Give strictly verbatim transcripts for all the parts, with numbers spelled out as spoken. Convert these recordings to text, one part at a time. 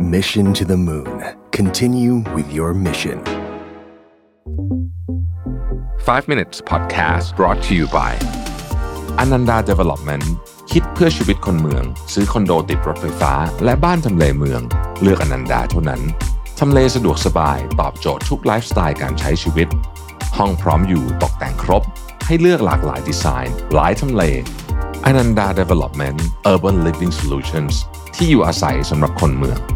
Mission to the Moon. Continue with your mission. five minutes podcast brought to you by Ananda Development คิดเพื่อชีวิตคนเมืองซื้อคอนโดติดรถไฟฟ้าและบ้านทำเลเมืองเลือก Ananda เท่านั้นทำเลสะดวกสบายตอบโจทย์ทุกไลฟ์สไตล์การใช้ชีวิตห้องพร้อมอยู่ตกแต่งครบให้เลือกหลากหลายดีไซน์หลายทำเล Ananda Development Urban Living Solutions ที่อยู่อาศัยสำหรับคนเมือง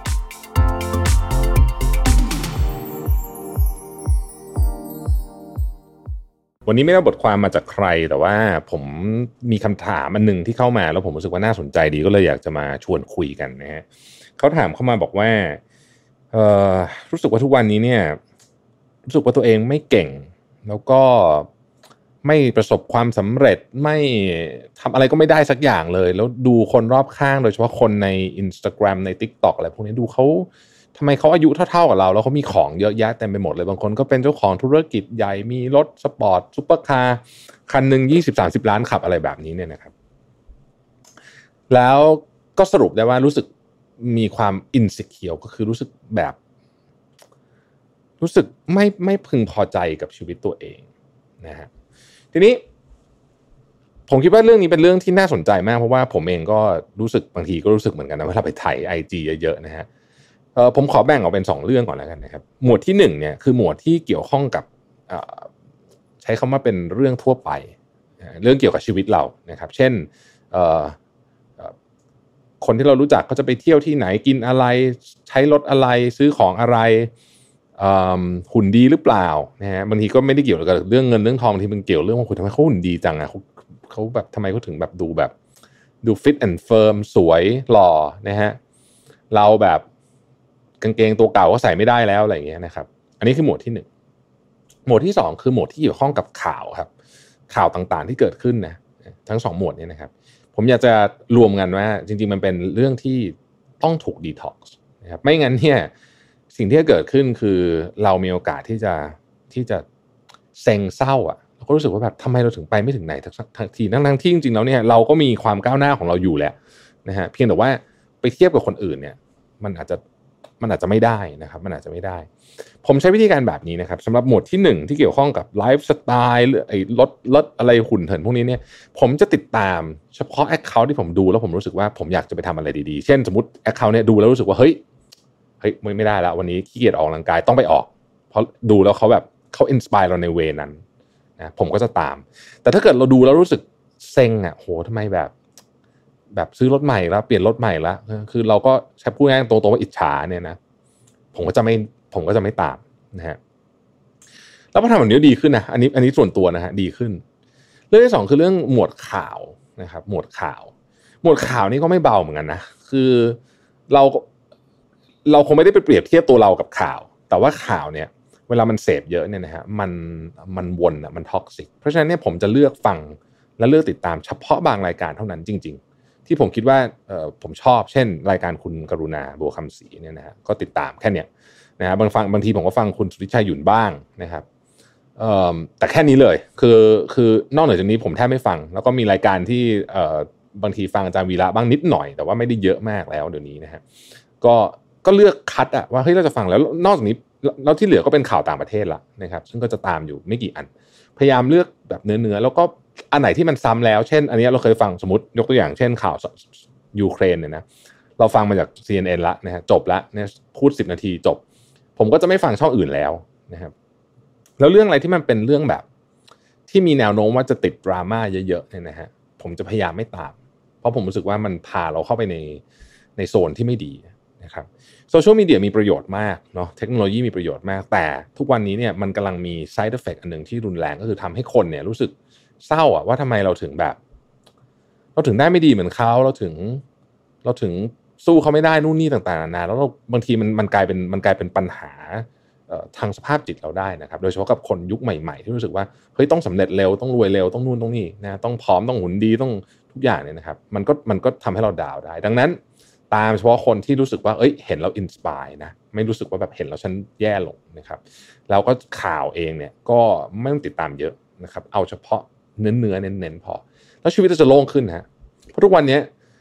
วันนี้ไม่ได้บทความมาจากใครแต่ว่าผมมีคำถามอันนึงที่เข้ามาแล้วผมรู้สึกว่าน่าสนใจดีก็เลยอยากจะมาชวนคุยกันนะฮะเขาถามเข้ามาบอกว่าเอ่อรู้สึกว่าทุกวันนี้เนี่ยรู้สึกว่าตัวเองไม่เก่งแล้วก็ไม่ประสบความสำเร็จไม่ทำอะไรก็ไม่ได้สักอย่างเลยแล้วดูคนรอบข้างโดยเฉพาะคนใน Instagram ใน TikTok อะไรพวกนี้ดูเขาทำไมเขาอายุเท่าๆกับเราแล้วเขามีของเยอะแยะเต็มไปหมดเลยบางคนก็เป็นเจ้าของธุรกิจใหญ่มีรถสปอร์ตซุปเปอร์คาร์คันหนึ่ง ยี่สิบถึงสามสิบ ล้านขับอะไรแบบนี้เนี่ยนะครับแล้วก็สรุปได้ว่ารู้สึกมีความอินสิเคียวก็คือรู้สึกแบบรู้สึกไม่ไม่พึงพอใจกับชีวิตตัวเองนะฮะทีนี้ผมคิดว่าเรื่องนี้เป็นเรื่องที่น่าสนใจมากเพราะว่าผมเองก็รู้สึกบางทีก็รู้สึกเหมือนกันนะเวลาไปถ่าย ไอ จี เยอะๆนะฮะเอ่อผมขอแบ่งออกเป็นสองเรื่องก่อนแล้วกันนะครับหมวดที่หนึ่งเนี่ยคือหมวดที่เกี่ยวข้องกับเอ่อใช้คำว่าเป็นเรื่องทั่วไปเรื่องเกี่ยวกับชีวิตเรานะครับเช่นเอ่อคนที่เรารู้จักเขาจะไปเที่ยวที่ไหนกินอะไรใช้รถอะไรซื้อของอะไรหุ่นดีหรือเปล่านะฮะบางทีก็ไม่ได้เกี่ยวกับเรื่องเงินเรื่องทองบางทีมันเกี่ยวเรื่องว่าคุณทำไมเขาหุ่นดีจังอ่ะเขาเขาแบบทำไมเขาถึงแบบดูแบบดูฟิตแอนด์เฟิร์มสวยหล่อนะฮะเราแบบกางเกงตัวเก่าก็ใส่ไม่ได้แล้วอะไรอย่างเงี้ยนะครับอันนี้คือหมวดที่หนึ่งหมวดที่สองคือหมวดที่เกี่ยวข้องกับข่าวครับข่าวต่างๆที่เกิดขึ้นนะทั้งสองหมวดนี้นะครับผมอยากจะรวมกันว่าจริงๆมันเป็นเรื่องที่ต้องถูกดีท็อกซ์นะครับไม่งั้นเนี่ยสิ่งที่จะเกิดขึ้นคือเรามีโอกาสที่จะที่จะเซ็งเศร้าอ่ะเราก็รู้สึกว่าแบบทำไมเราถึงไปไม่ถึงไหนทันทีทั้งๆที่จริงๆแล้วเนี่ยเราก็มีความก้าวหน้าของเราอยู่แหละนะฮะเพียงแต่ว่าไปเทียบกับคนอื่นเนี่ยมันอาจจะมันอาจจะไม่ได้นะครับมันอาจจะไม่ได้ผมใช้วิธีการแบบนี้นะครับสำหรับหมวดที่หนึ่งที่เกี่ยวข้องกับไลฟ์สไตล์หรือไอ้รถรถอะไรหุ่นเหินพวกนี้เนี่ยผมจะติดตามเฉพาะ account ที่ผมดูแล้วผมรู้สึกว่าผมอยากจะไปทำอะไรดีๆเช่นสมมุติ account เนี่ยดูแล้วรู้สึกว่าเฮ้ยเฮ้ยไม่ได้แล้ววันนี้ขี้เกียจออกกำลังกายต้องไปออกเพราะดูแล้วเขาแบบเขาอินสไปร์เราในเวนั้นนะผมก็จะตามแต่ถ้าเกิดเราดูแล้วรู้สึกเซ็งอ่ะโหทำไมแบบแบบซื้อรถใหม่แล้วเปลี่ยนรถใหม่แล้วคือเราก็ใช้พูดง่ายๆตรงๆว่าอิจฉาเนี่ยนะผมก็จะไม่ผมก็จะไม่ตามนะฮะแล้วพอทำแบบนี้ดีขึ้นนะอันนี้อันนี้ส่วนตัวนะฮะดีขึ้นเรื่องที่สองคือเรื่องหมวดข่าวนะครับหมวดข่าวหมวดข่าวนี่ก็ไม่เบาเหมือนกันนะคือเราเราคงไม่ได้ไปเปรียบเทียบตัวเรากับข่าวแต่ว่าข่าวเนี่ยเวลามันเสพเยอะเนี่ยนะฮะมันมันวนอ่ะมันท็อกซิกเพราะฉะนั้นเนี่ยผมจะเลือกฟังและเลือกติดตามเฉพาะบางรายการเท่านั้นจริงๆที่ผมคิดว่าเอ่อผมชอบเช่นรายการคุณกรุณาบัวคำศรีเนี่ยนะฮะก็ติดตามแค่เนี้ยนะฮะบางฟังบางทีผมก็ฟังคุณสุริชัยหยุ่นบ้างนะครับเอ่อแต่แค่นี้เลยคือคือนอกเหนือจากนี้ผมแทบไม่ฟังแล้วก็มีรายการที่เอ่อบางทีฟังอาจารย์วีระบ้างนิดหน่อยแต่ว่าไม่ได้เยอะมากแล้วเดี๋ยวนี้นะฮะก็ก็เลือกคัดอะว่าเฮ้ยเราจะฟังแล้วนอกจากนี้แล้วที่เหลือก็เป็นข่าวต่างประเทศละนะครับซึ่งก็จะตามอยู่ไม่กี่อันพยายามเลือกแบบเนื้อๆแล้วก็อันไหนที่มันซ้ำแล้วเช่นอันนี้เราเคยฟังสมมติยกตัวอย่างเช่นข่าวยูเครนเนี่ยนะเราฟังมาจาก ซี เอ็น เอ็น ละนะฮะจบละเนี่ยพูดสิบนาทีจบผมก็จะไม่ฟังช่องอื่นแล้วนะครับแล้วเรื่องอะไรที่มันเป็นเรื่องแบบที่มีแนวโน้มว่าจะติดดราม่าเยอะๆเนี่ยนะฮะผมจะพยายามไม่ตามเพราะผมรู้สึกว่ามันพาเราเข้าไปในในโซนที่ไม่ดีนะครับโซเชียลมีเดียมีประโยชน์มากเนาะเทคโนโลยีมีประโยชน์มากแต่ทุกวันนี้เนี่ยมันกำลังมี side effect อันนึงที่รุนแรงก็คือทำให้คนเนี่ยรู้สึกเศร้าอ่ะว่าทำไมเราถึงแบบเราถึงได้ไม่ดีเหมือนเขาเราถึงเราถึงสู้เขาไม่ได้นู่นนี่ต่างๆนานาแล้วเราบางทีมันมันกลายเป็นมันกลายเป็นปัญหาทางสภาพจิตเราได้นะครับโดยเฉพาะกับคนยุคใหม่ๆที่รู้สึกว่าเฮ้ยต้องสำเร็จเร็วต้องรวยเร็วต้องนู่นต้องนี่นะต้องพร้อมต้องหุ่นดีต้องทุกอย่างเนี่ยนะครับมันก็มันก็ทำให้เราดาวได้ดังนั้นตามเฉพาะคนที่รู้สึกว่าเอ้ยเห็นเราอินสไปร์นะไม่รู้สึกว่าแบบเห็นแล้วฉันแย่ลงนะครับแล้วก็ข่าวเองเนี่ยก็ไม่ต้องติดตามเยอะนะครับเอาเฉพาะเนื้อเนื้อเน้นๆพอแล้วชีวิตจะโล่งขึ้นฮะเพราะทุกวันนี้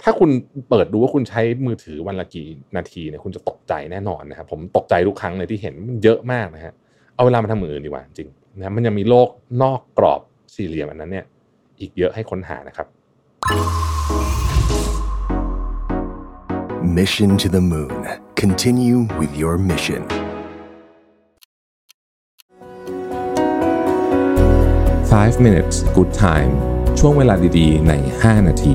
ถ้าคุณเปิดดูว่าคุณใช้มือถือวันละกี่นาทีเนี่ยคุณจะตกใจแน่นอนนะครับผมตกใจทุกครั้งเลยที่เห็นมันเยอะมากนะฮะเอาเวลามาทำมืออื่นดีกว่าจริงนะมันยังมีโลกนอกกรอบสี่เหลี่ยมอันนั้นเนี่ยอีกเยอะให้ค้นหานะครับ Mission to the Moon. Continue with your mission. five minutes good time ช่วงเวลาดีๆในห้านาที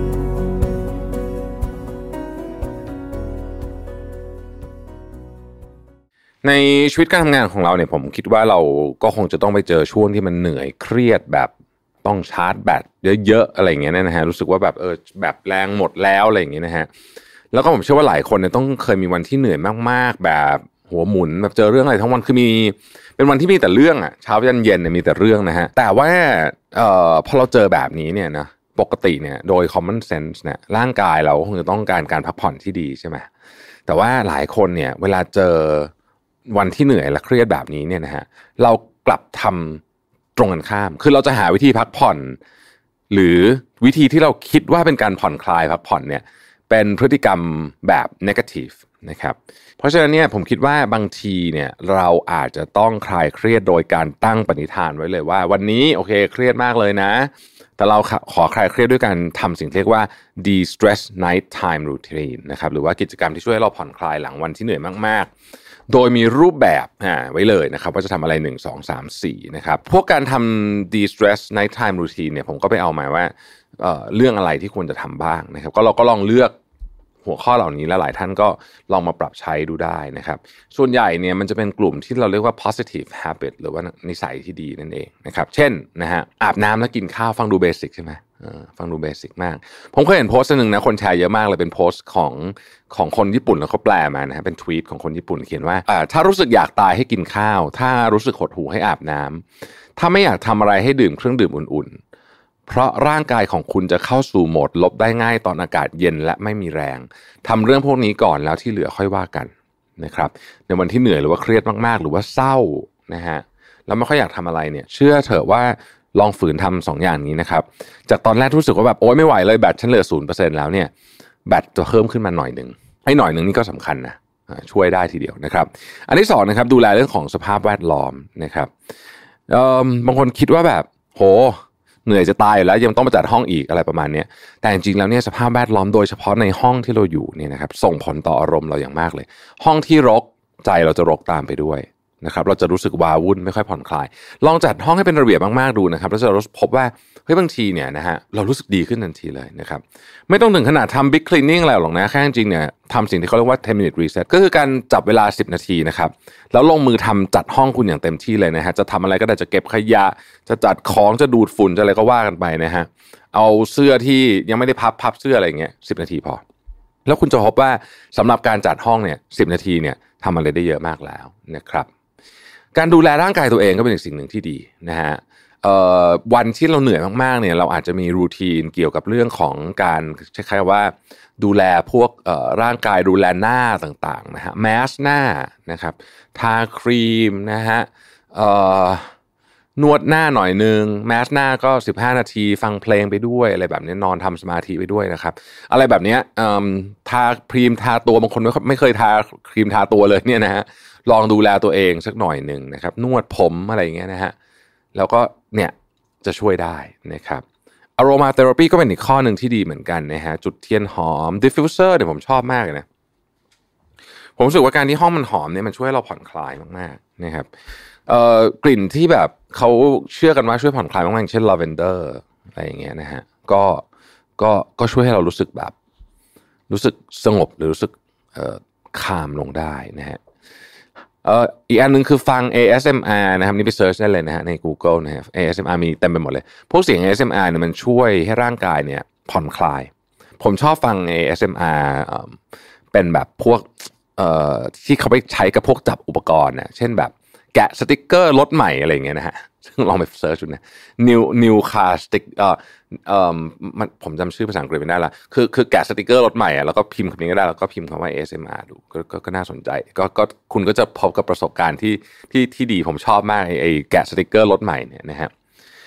ในชีวิตการทำงานของเราเนี่ยผมคิดว่าเราก็คงจะต้องไปเจอช่วงที่มันเหนื่อยเครียดแบบต้องชาร์จแบตเยอะๆอะไรอย่างเงี้ยนะฮะรู้สึกว่าแบบเออแบบแรงหมดแล้วอะไรอย่างเงี้ยนะฮะแล้วก็ผมเชื่อว่าหลายคนเนี่ยต้องเคยมีวันที่เหนื่อยมากๆแบบหัวหมุนแบบเจอเรื่องอะไรทั้งวันคือมีเป็นวันที่มีแต่เรื่องอ่ะเช้ายันเย็นเนี่ยมีแต่เรื่องนะฮะแต่ว่าเอ่อพอเราเจอแบบนี้เนี่ยนะปกติเนี่ยโดย common sense เนี่ยร่างกายเราคงจะต้องการการพักผ่อนที่ดีใช่ไหมแต่ว่าหลายคนเนี่ยเวลาเจอวันที่เหนื่อยและเครียดแบบนี้เนี่ยนะฮะเรากลับทำตรงกันข้ามคือเราจะหาวิธีพักผ่อนหรือวิธีที่เราคิดว่าเป็นการผ่อนคลายพักผ่อนเนี่ยเป็นพฤติกรรมแบบ negative นะครับเพราะฉะนั้นเนี่ยผมคิดว่าบางทีเนี่ยเราอาจจะต้องคลายเครียดโดยการตั้งปณิธานไว้เลยว่าวันนี้โอเคเครียดมากเลยนะแต่เราขอคลายเครียดด้วยการทำสิ่งที่เรียกว่า de-stress night time routine นะครับหรือว่ากิจกรรมที่ช่วยให้เราผ่อนคลายหลังวันที่เหนื่อยมากๆโดยมีรูปแบบอ่าไว้เลยนะครับว่าจะทำอะไรหนึ่ง สอง สาม สี่นะครับพวกการทำ de-stress night time routine เนี่ยผมก็ไปเอามาว่า เอ่อ เรื่องอะไรที่ควรจะทำบ้างนะครับก็เราก็ลองเลือกหัวข้อเหล่านี้แล้วหลายท่านก็ลองมาปรับใช้ดูได้นะครับส่วนใหญ่เนี่ยมันจะเป็นกลุ่มที่เราเรียกว่า positive habit หรือว่านิสัยที่ดีนั่นเองนะครับเช่นนะฮะอาบน้ำแล้วกินข้าวฟังดูเบสิกใช่ไหมฟังดูเบสิกมากผมเคยเห็นโพสต์นึงนะคนแชร์เยอะมากเลยเป็นโพสต์ของของคนญี่ปุ่นแล้วเขาแปลมานะฮะเป็นทวีตของคนญี่ปุ่นเขียนว่าถ้ารู้สึกอยากตายให้กินข้าวถ้ารู้สึกหดหู่ให้อาบน้ำถ้าไม่อยากทำอะไรให้ดื่มเครื่องดื่มอุ่นๆเพราะร่างกายของคุณจะเข้าสู่โหมดลบได้ง่ายตอนอากาศเย็นและไม่มีแรงทำเรื่องพวกนี้ก่อนแล้วที่เหลือค่อยว่ากันนะครับในวันที่เหนื่อยหรือว่าเครียดมากๆหรือว่าเศร้านะฮะแล้วไม่ค่อยอยากทำอะไรเนี่ยเชื่อเถอะว่าลองฝืนทำสองอย่างนี้นะครับจากตอนแรกรู้สึกว่าแบบโอ๊ยไม่ไหวเลยแบตฉันเหลือ ศูนย์เปอร์เซ็นต์ แล้วเนี่ยแบตจะเพิ่มขึ้นมาหน่อยนึงไอ้หน่อยนึงนี่ก็สำคัญนะช่วยได้ทีเดียวนะครับอันที่สองนะครับดูแลเรื่องของสภาพแวดล้อมนะครับเอ่อบางคนคิดว่าแบบโหเหนื่อยจะตายอยู่แล้วยังต้องมาจัดห้องอีกอะไรประมาณนี้แต่จริงๆแล้วเนี่ยสภาพแวดล้อมโดยเฉพาะในห้องที่เราอยู่เนี่ยนะครับส่งผลต่ออารมณ์เราอย่างมากเลยห้องที่รกใจเราจะรกตามไปด้วยนะครับเราจะรู้สึกว้าวุ่นไม่ค่อยผ่อนคลายลองจัดห้องให้เป็นระเบียบมากๆดูนะครับแล้วจะพบว่าเฮ้ยบางทีเนี่ยนะฮะเรารู้สึกดีขึ้นทันทีเลยนะครับไม่ต้องถึงขนาดทำ big cleaning อะไรหรอกนะแค่จริงๆเนี่ยทำสิ่งที่เขาเรียกว่า ten minute reset ก็คือการจับเวลาสิบนาทีนะครับแล้วลงมือทำจัดห้องคุณอย่างเต็มที่เลยนะฮะจะทำอะไรก็ได้จะเก็บขยะจะจัดของจะดูดฝุ่นจะอะไรก็ว่ากันไปนะฮะเอาเสื้อที่ยังไม่ได้พับพับเสื้ออะไรอย่างเงี้ยสิบนาทีพอแล้วคุณจะพบว่าสำหรับการจัดห้องเนี่ยสิบนาทีเนี่ยทำอะไรได้เยอะมากแล้วนะครับการดูแลร่างกายตัวเองก็เป็นอีกสิ่งหนึ่งที่ดีนะฮะวันที่เราเหนื่อยมากๆเนี่ยเราอาจจะมีรูทีนเกี่ยวกับเรื่องของการใช้คำว่าดูแลพวกร่างกายดูแลหน้าต่างๆนะฮะแมสหน้านะครับทาครีมนะฮะนวดหน้าหน่อยนึงแมสหน้าก็สิบห้านาทีฟังเพลงไปด้วยอะไรแบบนี้นอนทำสมาธิไปด้วยนะครับอะไรแบบนี้ทาครีมทาตัวบางคนไม่เคยทาครีมทาตัวเลยเนี่ยนะฮะลองดูแลตัวเองสักหน่อยนึงนะครับนวดผมอะไรอย่างเงี้ยนะฮะแล้วก็เนี่ยจะช่วยได้นะครับ aroma therapy ก็เป็นอีกข้อหนึ่งที่ดีเหมือนกันนะฮะจุดเทียนหอม diffuser เดี๋ยวผมชอบมากเลยนะผมรู้สึกว่าการที่ห้องมันหอมเนี่ยมันช่วยให้เราผ่อนคลายมากๆนะครับเอ่อกลิ่นที่แบบเขาเชื่อกันว่าช่วยผ่อนคลายมากๆเช่น lavender อะไรอย่างเงี้ยนะฮะก็ก็ก็ช่วยให้เรารู้สึกแบบรู้สึกสงบหรือรู้สึกเอ่อคามลงได้นะฮะเอ่ออีกอันนึงคือฟัง เอ เอส เอ็ม อาร์ นะครับนี่ไปเซิร์ชได้เลยนะฮะใน Google นะฮะ เอ เอส เอ็ม อาร์ มีเต็มไปหมดเลยพวกเสียง เอ เอส เอ็ม อาร์ เนี่ยมันช่วยให้ร่างกายเนี่ยผ่อนคลายผมชอบฟัง เอ เอส เอ็ม อาร์ เอ่อเป็นแบบพวกเอ่อที่เขาไปใช้กับพวกจับอุปกรณ์นะเช่นแบบแกะสติกเกอร์รถใหม่อะไรอย่างเงี้ยนะฮะซึ่งลองไปเซิร์ชดูนะ new new car stick เอ่อเอ่อมันผมจำชื่อภาษาอังกฤษไม่ได้ละคือคือแกะสติกเกอร์รถใหม่อ่ะแล้วก็พิมพ์คำนี้ก็ได้แล้วก็พิมพ์คำว่า เอ เอส เอ็ม อาร์ ดูก็ก็ก็น่าสนใจก็ก็คุณก็จะพบกับประสบการณ์ที่ที่ที่ดีผมชอบมากไอ้ไอ้แกะสติกเกอร์รถใหม่เนี่ยนะฮะ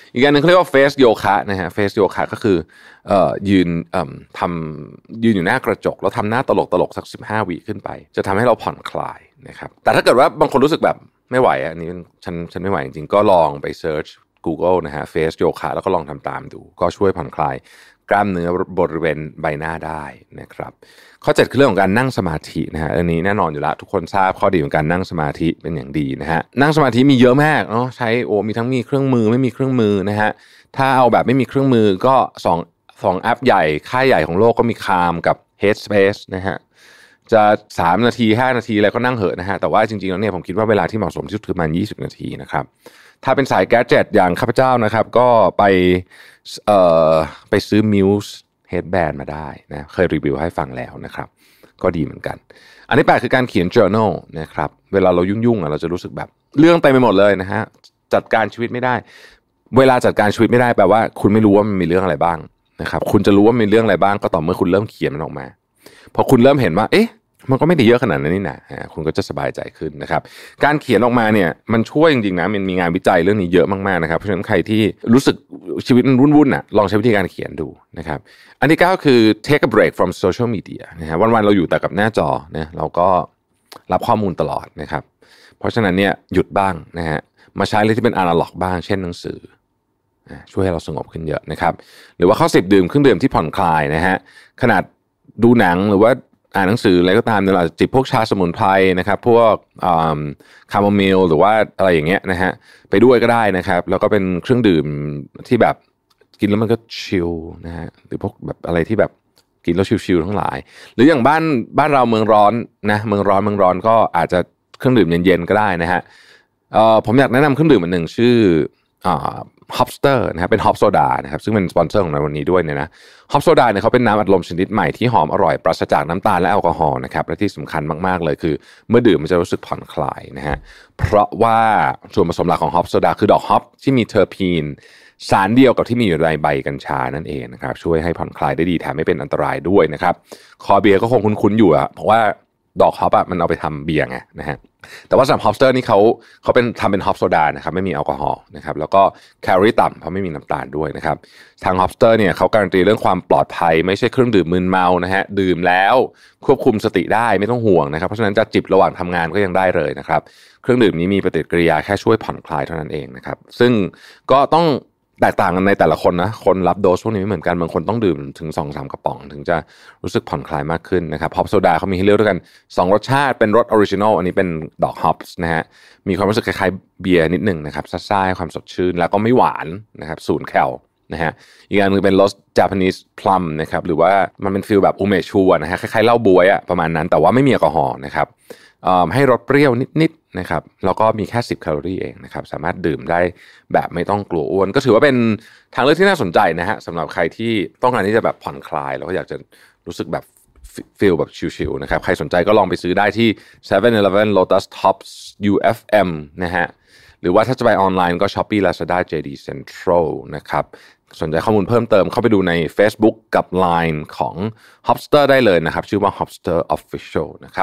อีกอย่างนึงเขาเรียกว่าเฟสโยคะนะฮะเฟสโยคะก็คือเอ่อยืนเอ่อทำยืนอยู่หน้ากระจกแล้วทำหน้าตลกตลกสักสิบห้าวิขึ้นไปจะทำให้เราผ่อนคลายนะครับแต่ถ้าเกิดว่าบางคนรู้สึกแบบไม่ไหวอันนี้ฉันฉันไม่ไหวจริงๆก็ลองไปเซิร์ช Google นะฮะเฟสโยคะแล้วก็ลองทำตามดูก็ช่วยผ่อนคลายกล้ามเนื้อบริเวณใบหน้าได้นะครับข้อเจ็ดคือเรื่องของการนั่งสมาธินะฮะอันนี้แน่นอนอยู่แล้วทุกคนทราบข้อดีของการนั่งสมาธิเป็นอย่างดีนะฮะนั่งสมาธิมีเยอะมากเนาะใช้โอ้มีทั้งมีเครื่องมือไม่มีเครื่องมือนะฮะถ้าเอาแบบไม่มีเครื่องมือก็สองสองแอปใหญ่ค่ายใหญ่ของโลกก็มี Calm กับ Headspace นะฮะจะสามนาทีห้านาทีอะไรก็นั่งเหอะนะฮะแต่ว่าจริงๆแล้วเนี่ยผมคิดว่าเวลาที่เหมาะสมที่สุดคือประมาณยี่สิบนาทีนะครับถ้าเป็นสายแกดเจ็ตอย่างข้าพเจ้านะครับก็ไปเอ่อไปซื้อ Muse Headband มาได้นะเคยรีวิวให้ฟังแล้วนะครับก็ดีเหมือนกันอันที่แปดคือการเขียน journal นะครับเวลาเรายุ่งๆอ่ะเราจะรู้สึกแบบเรื่องเต็มไปหมดเลยนะฮะจัดการชีวิตไม่ได้เวลาจัดการชีวิตไม่ได้แปลว่าคุณไม่รู้ว่ามันมีเรื่องอะไรบ้างนะครับคุณจะรู้ว่ามีเรื่องอะไรบ้างก็ต่อเมื่อคุณเริ่มเขียนมันออกมาพอคุณเริ่มเห็นว่าเอ๊ะมันก็ไม่ได้เยอะขนาดนั้นนี่นะคุณก็จะสบายใจขึ้นนะครับการเขียนออกมาเนี่ยมันช่วยจริงๆนะมันมีงานวิจัยเรื่องนี้เยอะมากๆนะครับเพราะฉะนั้นใครที่รู้สึกชีวิตมันวุ่นๆน่ะลองใช้วิธีการเขียนดูนะครับอันที่เก้าคือ take a break from social media นะฮะวันๆเราอยู่แต่กับหน้าจอนะเราก็รับข้อมูลตลอดนะครับเพราะฉะนั้นเนี่ยหยุดบ้างนะฮะมาใช้อะไรที่เป็นอนาล็อกบ้างเช่นหนังสือช่วยให้เราสงบขึ้นเยอะนะครับหรือว่าข้อสิบดื่มเครื่องดื่มที่ผ่อนคลายนะฮะขนาดดูหนังหรือว่าอ่านหนังสืออะไรก็ตามเนี่ยเราจิบพวกชาสมุนไพรนะครับพวกคาโมมิลหรือว่าอะไรอย่างเงี้ยนะฮะไปด้วยก็ได้นะครับแล้วก็เป็นเครื่องดื่มที่แบบกินแล้วมันก็ชิลนะฮะหรือพวกแบบอะไรที่แบบกินแล้วชิลๆทั้งหลายหรืออย่างบ้านบ้านเราเมืองร้อนนะเมืองร้อนเมืองร้อนก็อาจจะเครื่องดื่มเย็นๆก็ได้นะฮะเอ่อผมอยากแนะนำเครื่องดื่มอันหนึ่งชื่ออ่าฮอปสเตอร์นะครับเป็นฮอปโซดานะครับซึ่งเป็นสปอนเซอร์ของเราวันนี้ด้วยเนี่ยนะฮอปโซดาเนี่ยเขาเป็นน้ำอัดลมชนิดใหม่ที่หอมอร่อยปราศจากน้ำตาลและแอลกอฮอล์นะครับและที่สำคัญมากๆเลยคือเมื่อดื่มมันจะรู้สึกผ่อนคลายนะฮะเพราะว่าส่วนผสมหลักของฮอปโซดาคือดอกฮอปที่มีเทอร์พีนสารเดียวกับที่มีอยู่ในใบกัญชานั่นเองนะครับช่วยให้ผ่อนคลายได้ดีแถมไม่เป็นอันตรายด้วยนะครับคอเบียร์ก็คงคุ้นๆอยู่อะเพราะว่าดอกฮอปอะมันเอาไปทำเบียร์ไงนะฮะแต่ว่าสำหรับฮอปสเตอร์นี่เขาเขาเป็นทำเป็นฮอปโซดานะครับไม่มีแอลกอฮอล์นะครับแล้วก็แคลอรี่ต่ำเพราะไม่มีน้ำตาลด้วยนะครับทางฮอปสเตอร์เนี่ยเขาการันตีเรื่องความปลอดภัยไม่ใช่เครื่องดื่มมึนเมานะฮะดื่มแล้วควบคุมสติได้ไม่ต้องห่วงนะครับเพราะฉะนั้นจะจิบระหว่างทำงานก็ยังได้เลยนะครับเครื่องดื่มนี้มีปฏิกิริยาแค่ช่วยผ่อนคลายเท่านั้นเองนะครับซึ่งก็ต้องแตกต่างกันในแต่ละคนนะคนรับโดสพวกนี้ไม่เหมือนกันบางคนต้องดื่มถึง สองถึงสาม กระป๋องถึงจะรู้สึกผ่อนคลายมากขึ้นนะครับฮอปโซดาเขามีให้เลือกด้วยกันสองรสชาติเป็นรสออริจินอลอันนี้เป็นดอกฮอปส์นะฮะมีความรู้สึกคล้ายๆเบียร์นิดหนึ่งนะครับซ่าๆให้ความสดชื่นแล้วก็ไม่หวานนะครับศูนย์แคลนะฮะอีกอันนึงเป็นรส Japanese plum นะครับหรือว่ามันเป็นฟีลแบบอุเมชูนะฮะคล้ายๆเหล้าบ๊วยอะประมาณนั้นแต่ว่าไม่มีแอลกอฮอล์นะครับให้รสเปรี้ยวนิดๆนะครับแล้วก็มีแค่สิบแคลอรี่เองนะครับสามารถดื่มได้แบบไม่ต้องกลัวอ้วนก็ถือว่าเป็นทางเลือกที่น่าสนใจนะฮะสำหรับใครที่ต้องการที่จะแบบผ่อนคลายแล้วก็อยากจะรู้สึกแบบฟีลแบบชิลๆนะครับใครสนใจก็ลองไปซื้อได้ที่ เซเว่น อีเลฟเว่น Lotus Tops ยู เอฟ เอ็ม นะฮะหรือว่าถ้าจะไปออนไลน์ก็ Shopee Lazada เจ ดี Central นะครับสนใจข้อมูลเพิ่มเติมเข้าไปดูใน Facebook กับ ไลน์ ของ Hopster ได้เลยนะครับชื่อว่า Hopster Official นะครับ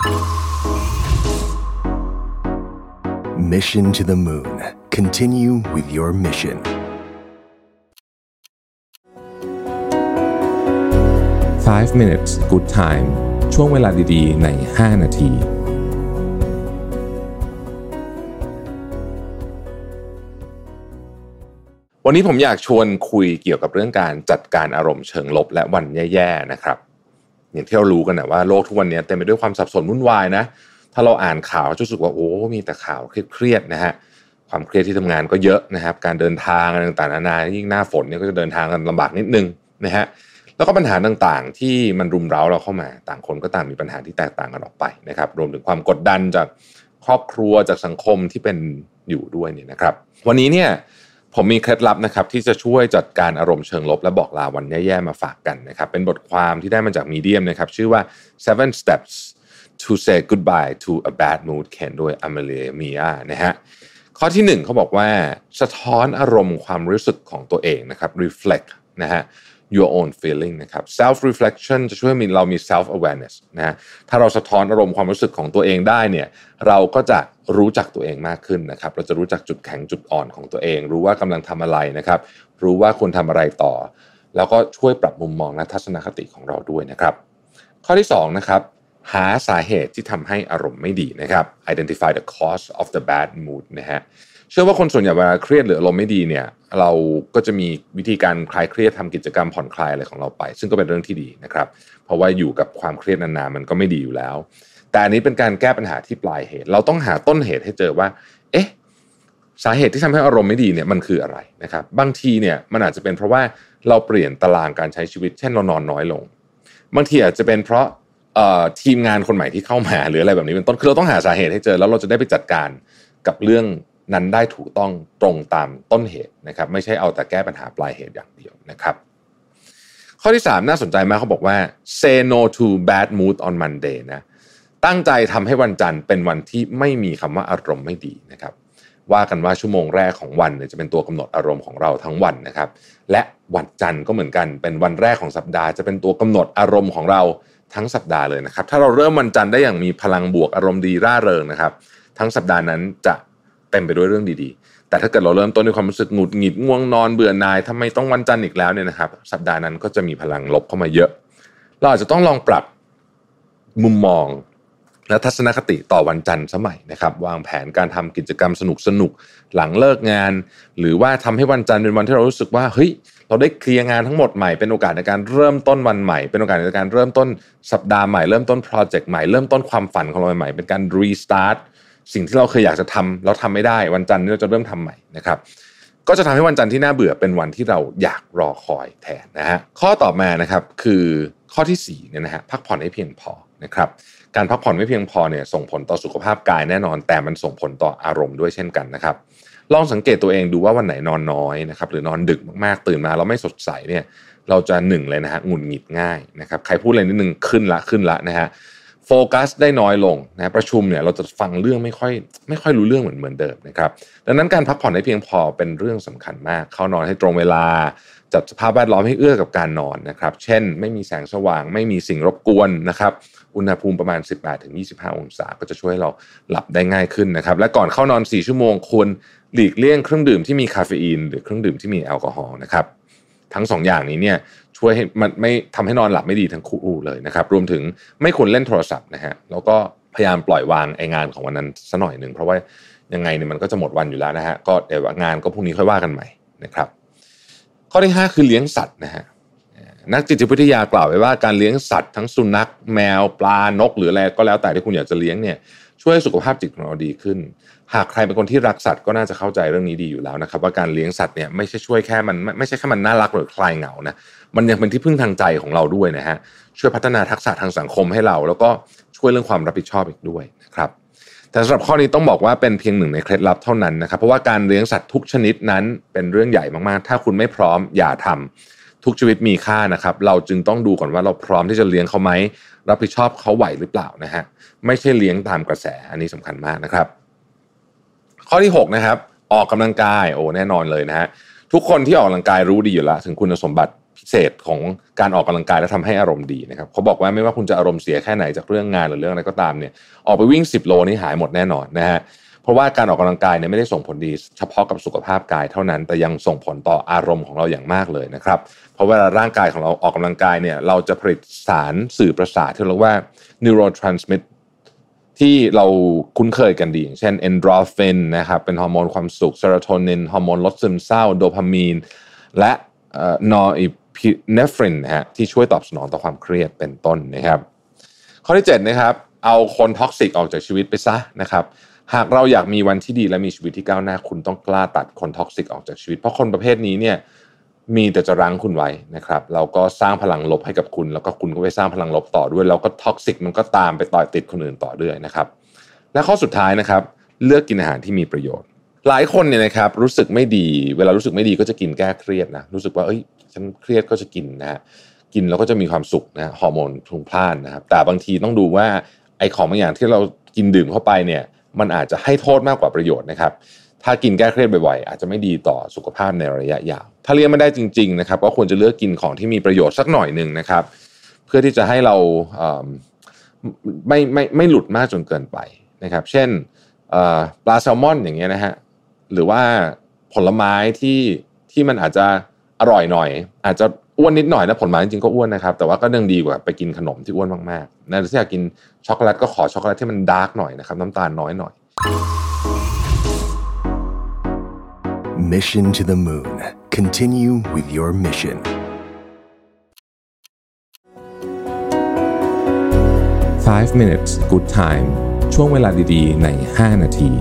Mission to the Moon. Continue with your mission. five minutes good time ช่วงเวลาดีๆในห้านาทีวันนี้ผมอยากชวนคุยเกี่ยวกับเรื่องการจัดการอารมณ์เชิงลบและวันแย่ๆนะครับอย่างที่เรารู้กันนะว่าโลกทุกวันนี้เต็มไปด้วยความสับสนวุ่นวายนะถ้าเราอ่านข่าวจะรู้สึกว่าโอ้มีแต่ข่าวเครียดๆนะฮะความเครียดที่ทำงานก็เยอะนะครับการเดินทางอะไรต่างๆนานายิ่งหน้าฝนเนี่ยก็จะเดินทางกันลำบากนิดนึงนะฮะแล้วก็ปัญหาต่างๆที่มันรุมเร้าเราเข้ามาต่างคนก็ต่างมีปัญหาที่แตกต่างกันออกไปนะครับรวมถึงความกดดันจากครอบครัวจากสังคมที่เป็นอยู่ด้วยเนี่ยนะครับวันนี้เนี่ยผมมีเคล็ดลับนะครับที่จะช่วยจัดการอารมณ์เชิงลบและบอกลาวันแย่ๆมาฝากกันนะครับเป็นบทความที่ได้มาจาก Medium นะครับชื่อว่า seven steps to say goodbye to a bad mood เขียนโดย Amelia Mia นะฮะข้อที่หนึ่งเขาบอกว่าสะท้อนอารมณ์ความรู้สึกของตัวเองนะครับ reflect นะฮะ your own feeling นะครับ self reflection จะช่วยเรามี self awareness นะฮะถ้าเราสะท้อนอารมณ์ความรู้สึกของตัวเองได้เนี่ยเราก็จะรู้จักตัวเองมากขึ้นนะครับเราจะรู้จักจุดแข็งจุดอ่อนของตัวเองรู้ว่ากำลังทำอะไรนะครับรู้ว่าควรทำอะไรต่อแล้วก็ช่วยปรับมุมมองและทัศนคติของเราด้วยนะครับข้อที่สองนะครับหาสาเหตุที่ทำให้อารมณ์ไม่ดีนะครับ identify the cause of the bad mood นะฮะเชื่อว่าคนส่วนใหญ่เวลาเครียดหรืออารมณ์ไม่ดีเนี่ยเราก็จะมีวิธีการคลายเครียดทำกิจกรรมผ่อนคลายอะไรของเราไปซึ่งก็เป็นเรื่องที่ดีนะครับเพราะว่าอยู่กับความเครียดนานๆมันก็ไม่ดีอยู่แล้วแต่อันนี้เป็นการแก้ปัญหาที่ปลายเหตุเราต้องหาต้นเหตุให้เจอว่าเอ๊ะสาเหตุที่ทำให้อารมณ์ไม่ดีเนี่ยมันคืออะไรนะครับบางทีเนี่ยมันอาจจะเป็นเพราะว่าเราเปลี่ยนตารางการใช้ชีวิตเช่นเรานอนน้อยลงบางทีอาจจะเป็นเพราะทีมงานคนใหม่ที่เข้ามาหรืออะไรแบบนี้เป็นต้นคือเราต้องหาสาเหตุให้เจอแล้วเราจะได้ไปจัดการกับเรื่องนั้นได้ถูกต้องตรงตามต้นเหตุนะครับไม่ใช่เอาแต่แก้ปัญหาปลายเหตุอย่างเดียวนะครับข้อที่สามน่าสนใจมากเขาบอกว่า say no to bad mood on Monday นะตั้งใจทำให้วันจันทร์เป็นวันที่ไม่มีคำว่าอารมณ์ไม่ดีนะครับว่ากันว่าชั่วโมงแรกของวันเนี่ยจะเป็นตัวกำหนดอารมณ์ของเราทั้งวันนะครับและวันจันทร์ก็เหมือนกันเป็นวันแรกของสัปดาห์จะเป็นตัวกำหนดอารมณ์ของเราทั้งสัปดาห์เลยนะครับถ้าเราเริ่มวันจันทร์ได้อย่างมีพลังบวกอารมณ์ดีร่าเริงนะครับทั้งสัปดาห์นั้นจะเต็มไปด้วยเรื่องดีๆแต่ถ้าเกิดเราเริ่มต้นด้วยความรู้สึกหงุดหงิดง่วงนอนเบื่อหน่ายทำไมต้องวันจันทร์อีกแล้วเนี่ยนะครับสัปดาห์นั้นก็จะมีพลังลบเข้ามาเยอะเราอาจจะต้องลองปรับมุมมองและทัศนคติต่อวันจันทร์สมัยนะครับวางแผนการทำกิจกรรมสนุกๆหลังเลิกงานหรือว่าทำให้วันจันทร์เป็นวันที่เรารู้สึกว่าเฮ้ยเราได้เคลียร์งานทั้งหมดใหม่เป็นโอกาสในการเริ่มต้นวันใหม่เป็นโอกาสในการเริ่มต้นสัปดาห์ใหม่เริ่มต้นโปรเจกต์ใหม่เริ่มต้นความฝันของเราใหม่เป็นการรีสตาร์ทสิ่งที่เราเคยอยากจะทำเราทำไม่ได้วันจันทร์นี้เราจะเริ่มทำใหม่นะครับก็จะทำให้วันจันทร์ที่น่าเบื่อเป็นวันที่เราอยากรอคอยแทนนะฮะข้อต่อมานะครับคือข้อที่สี่เนี่ยนะฮะพักผ่อนให้เพียงพอนะครับการพักผ่อนไม่เพียงพอเนี่ยส่งผลต่อสุขภาพกายแน่นอนแต่มันส่งผลต่ออารมณ์ด้วยเช่นกันนะครับลองสังเกตตัวเองดูว่าวันไหนนอนน้อยนะครับหรือนอนดึกมากๆตื่นมาเราไม่สดใสเนี่ยเราจะหนึ่งเลยนะฮะหงุดหงิดง่ายนะครับใครพูดอะไรนิดนึงขึ้นละขึ้นละนะฮะโฟกัสได้น้อยลงนะประชุมเนี่ยเราจะฟังเรื่องไม่ค่อยไม่ค่อยรู้เรื่องเหมือนเหมือนเดิมนะครับดังนั้นการพักผ่อนให้เพียงพอเป็นเรื่องสำคัญมากเข้านอนให้ตรงเวลาจัดสภาพแวดล้อมให้เอื้อกับการนอนนะครับเช่นไม่มีแสงสว่างไม่มีสิ่งรบกวนนะครับอุณหภูมิประมาณ สิบแปดถึงยี่สิบห้า องศาก็จะช่วยให้เราหลับได้ง่ายขึ้นนะครับและก่อนเข้านอนสี่ชั่วโมงควรหลีกเลี่ยงเครื่องดื่มที่มีคาเฟอีนหรือเครื่องดื่มที่มีแอลกอฮอล์นะครับทั้งสองอย่างนี้เนี่ยช่วยให้มันไม่ทำให้นอนหลับไม่ดีทั้งคู่เลยนะครับรวมถึงไม่ควรเล่นโทรศัพท์นะฮะแล้วก็พยายามปล่อยวางไอ้งานของวันนั้นซะหน่อยหนึ่งเพราะว่ายังไงเนี่ยมันก็จะหมดวันอยู่แล้วนะฮะก็เดี๋ยวงานก็พรุ่งนี้ค่อยว่ากันใหม่นะครับข้อที่ห้าคือเลี้ยงสัตว์นะฮะนักจิตวิทยากล่าวไว้ว่าการเลี้ยงสัตว์ทั้งสุนัขแมวปลานกหรืออะไรก็แล้วแต่ที่คุณอยากจะเลี้ยงเนี่ยช่วยให้สุขภาพจิตของเราดีขึ้นหากใครเป็นคนที่รักสัตว์ก็น่าจะเข้าใจเรื่องนี้ดีอยู่แล้วนะครับว่าการเลี้ยงสัตว์เนี่ยไม่ใช่ช่วยแค่มันไม่ใช่แค่มันน่ารักหรือคลายเหงานะมันยังเป็นที่พึ่งทางใจของเราด้วยนะฮะช่วยพัฒนาทักษะทางสังคมให้เราแล้วก็ช่วยเรื่องความรับผิดชอบอีกด้วยนะครับแต่สำหรับข้อนี้ต้องบอกว่าเป็นเพียงหนึ่งในเคล็ดลับเท่านั้นนะครับเพราะว่าการเลี้ยงสัตว์ทุกชนิดนั้นเป็นเรื่องใหญ่มากๆถ้าคุณไม่พร้อมอย่าทำทุกชีวิตมีค่านะครับเราจึงต้องดูก่อนว่าเราพร้อมที่จะเลี้ยงเขาไหมรับผิดชอบเขาไหวหรือเปล่านะฮะไม่ใช่เลี้ยงตามกระแสอันนี้สำคัญมากนะครับข้อที่หกนะครับออกกำลังกายโอ้แน่นอนเลยนะฮะทุกคนที่ออกกำลังกายรู้ดีอยู่แล้วถึงคุณสมบัติพิเศษของการออกกำลังกายและทำให้อารมณ์ดีนะครับเขาบอกว่าไม่ว่าคุณจะอารมณ์เสียแค่ไหนจากเรื่องงานหรือเรื่องอะไรก็ตามเนี่ยออกไปวิ่งสิบโลนี่หายหมดแน่นอนนะฮะเพราะว่าการออกกำลังกายเนี่ยไม่ได้ส่งผลดีเฉพาะกับสุขภาพกายเท่านั้นแต่ยังส่งผลต่ออารมณ์ของเราอย่างมากเลยนะครับเพราะเวลาร่างกายของเราออกกำลังกายเนี่ยเราจะผลิตสารสื่อประสาทที่เรียกว่า neurotransmitter ที่เราคุ้นเคยกันดีอย่างเช่น endorphin นะครับเป็นฮอร์โมนความสุข serotonin ฮอร์โมนลดซึมเศร้าโดพามีนและเอ่อ norepinephrine นะฮะที่ช่วยตอบสนองต่อความเครียดเป็นต้นนะครับข้อที่เจ็ดนะครับเอาคนท็อกซิกออกจากชีวิตไปซะนะครับหากเราอยากมีวันที่ดีและมีชีวิตที่ก้าวหน้าคุณต้องกล้าตัดคนท็อกซิกออกจากชีวิตเพราะคนประเภทนี้เนี่ยมีแต่จะรั้งคุณไว้นะครับเราก็สร้างพลังลบให้กับคุณแล้วก็คุณก็ไปสร้างพลังลบต่อด้วยแล้วก็ท็อกซิกมันก็ตามไปต่อติดคนอื่นต่อด้วยนะครับและข้อสุดท้ายนะครับเลือกกินอาหารที่มีประโยชน์หลายคนเนี่ยนะครับรู้สึกไม่ดีเวลารู้สึกไม่ดีก็จะกินแก้เครียดนะรู้สึกว่าเอ้ยฉันเครียดก็จะกินนะฮะกินแล้วก็จะมีความสุขนะฮอร์โมนพลุ่งพล่านนะครับแต่บางทีต้องดูว่าไอ้ของบางอย่างที่เรากินดื่มเข้าไปเนี่ยมันอาจจะให้โทษมากกว่าประโยชน์นะครับถ้ากินแก้เครียดบ่อยๆอาจจะไม่ดีต่อสุขภาพในระยะยาวถ้าเลี่ยงไม่ได้จริงๆนะครับก็ควรจะเลือกกินของที่มีประโยชน์สักหน่อยนึงนะครับเพื่อที่จะให้เราไม่ไม่ไม่หลุดมากจนเกินไปนะครับเช่นปลาแซลมอนอย่างเงี้ยนะฮะหรือว่าผลไม้ที่ที่มันอาจจะอร่อยหน่อยอาจจะอ้วนนิดหน่อยนะผลไม้จริงๆก็อ้วนนะครับแต่ว่าก็ยังดีกว่าไปกินขนมที่อ้วนมากๆนะถ้าอยากกินช็อกโกแลตก็ขอช็อกโกแลตที่มันดาร์กหน่อยนะครับน้ำตาลน้อยหน่อย Mission to the Moon. Continue with your mission. five minutes good time ช่วงเวลาดีๆในห้านาที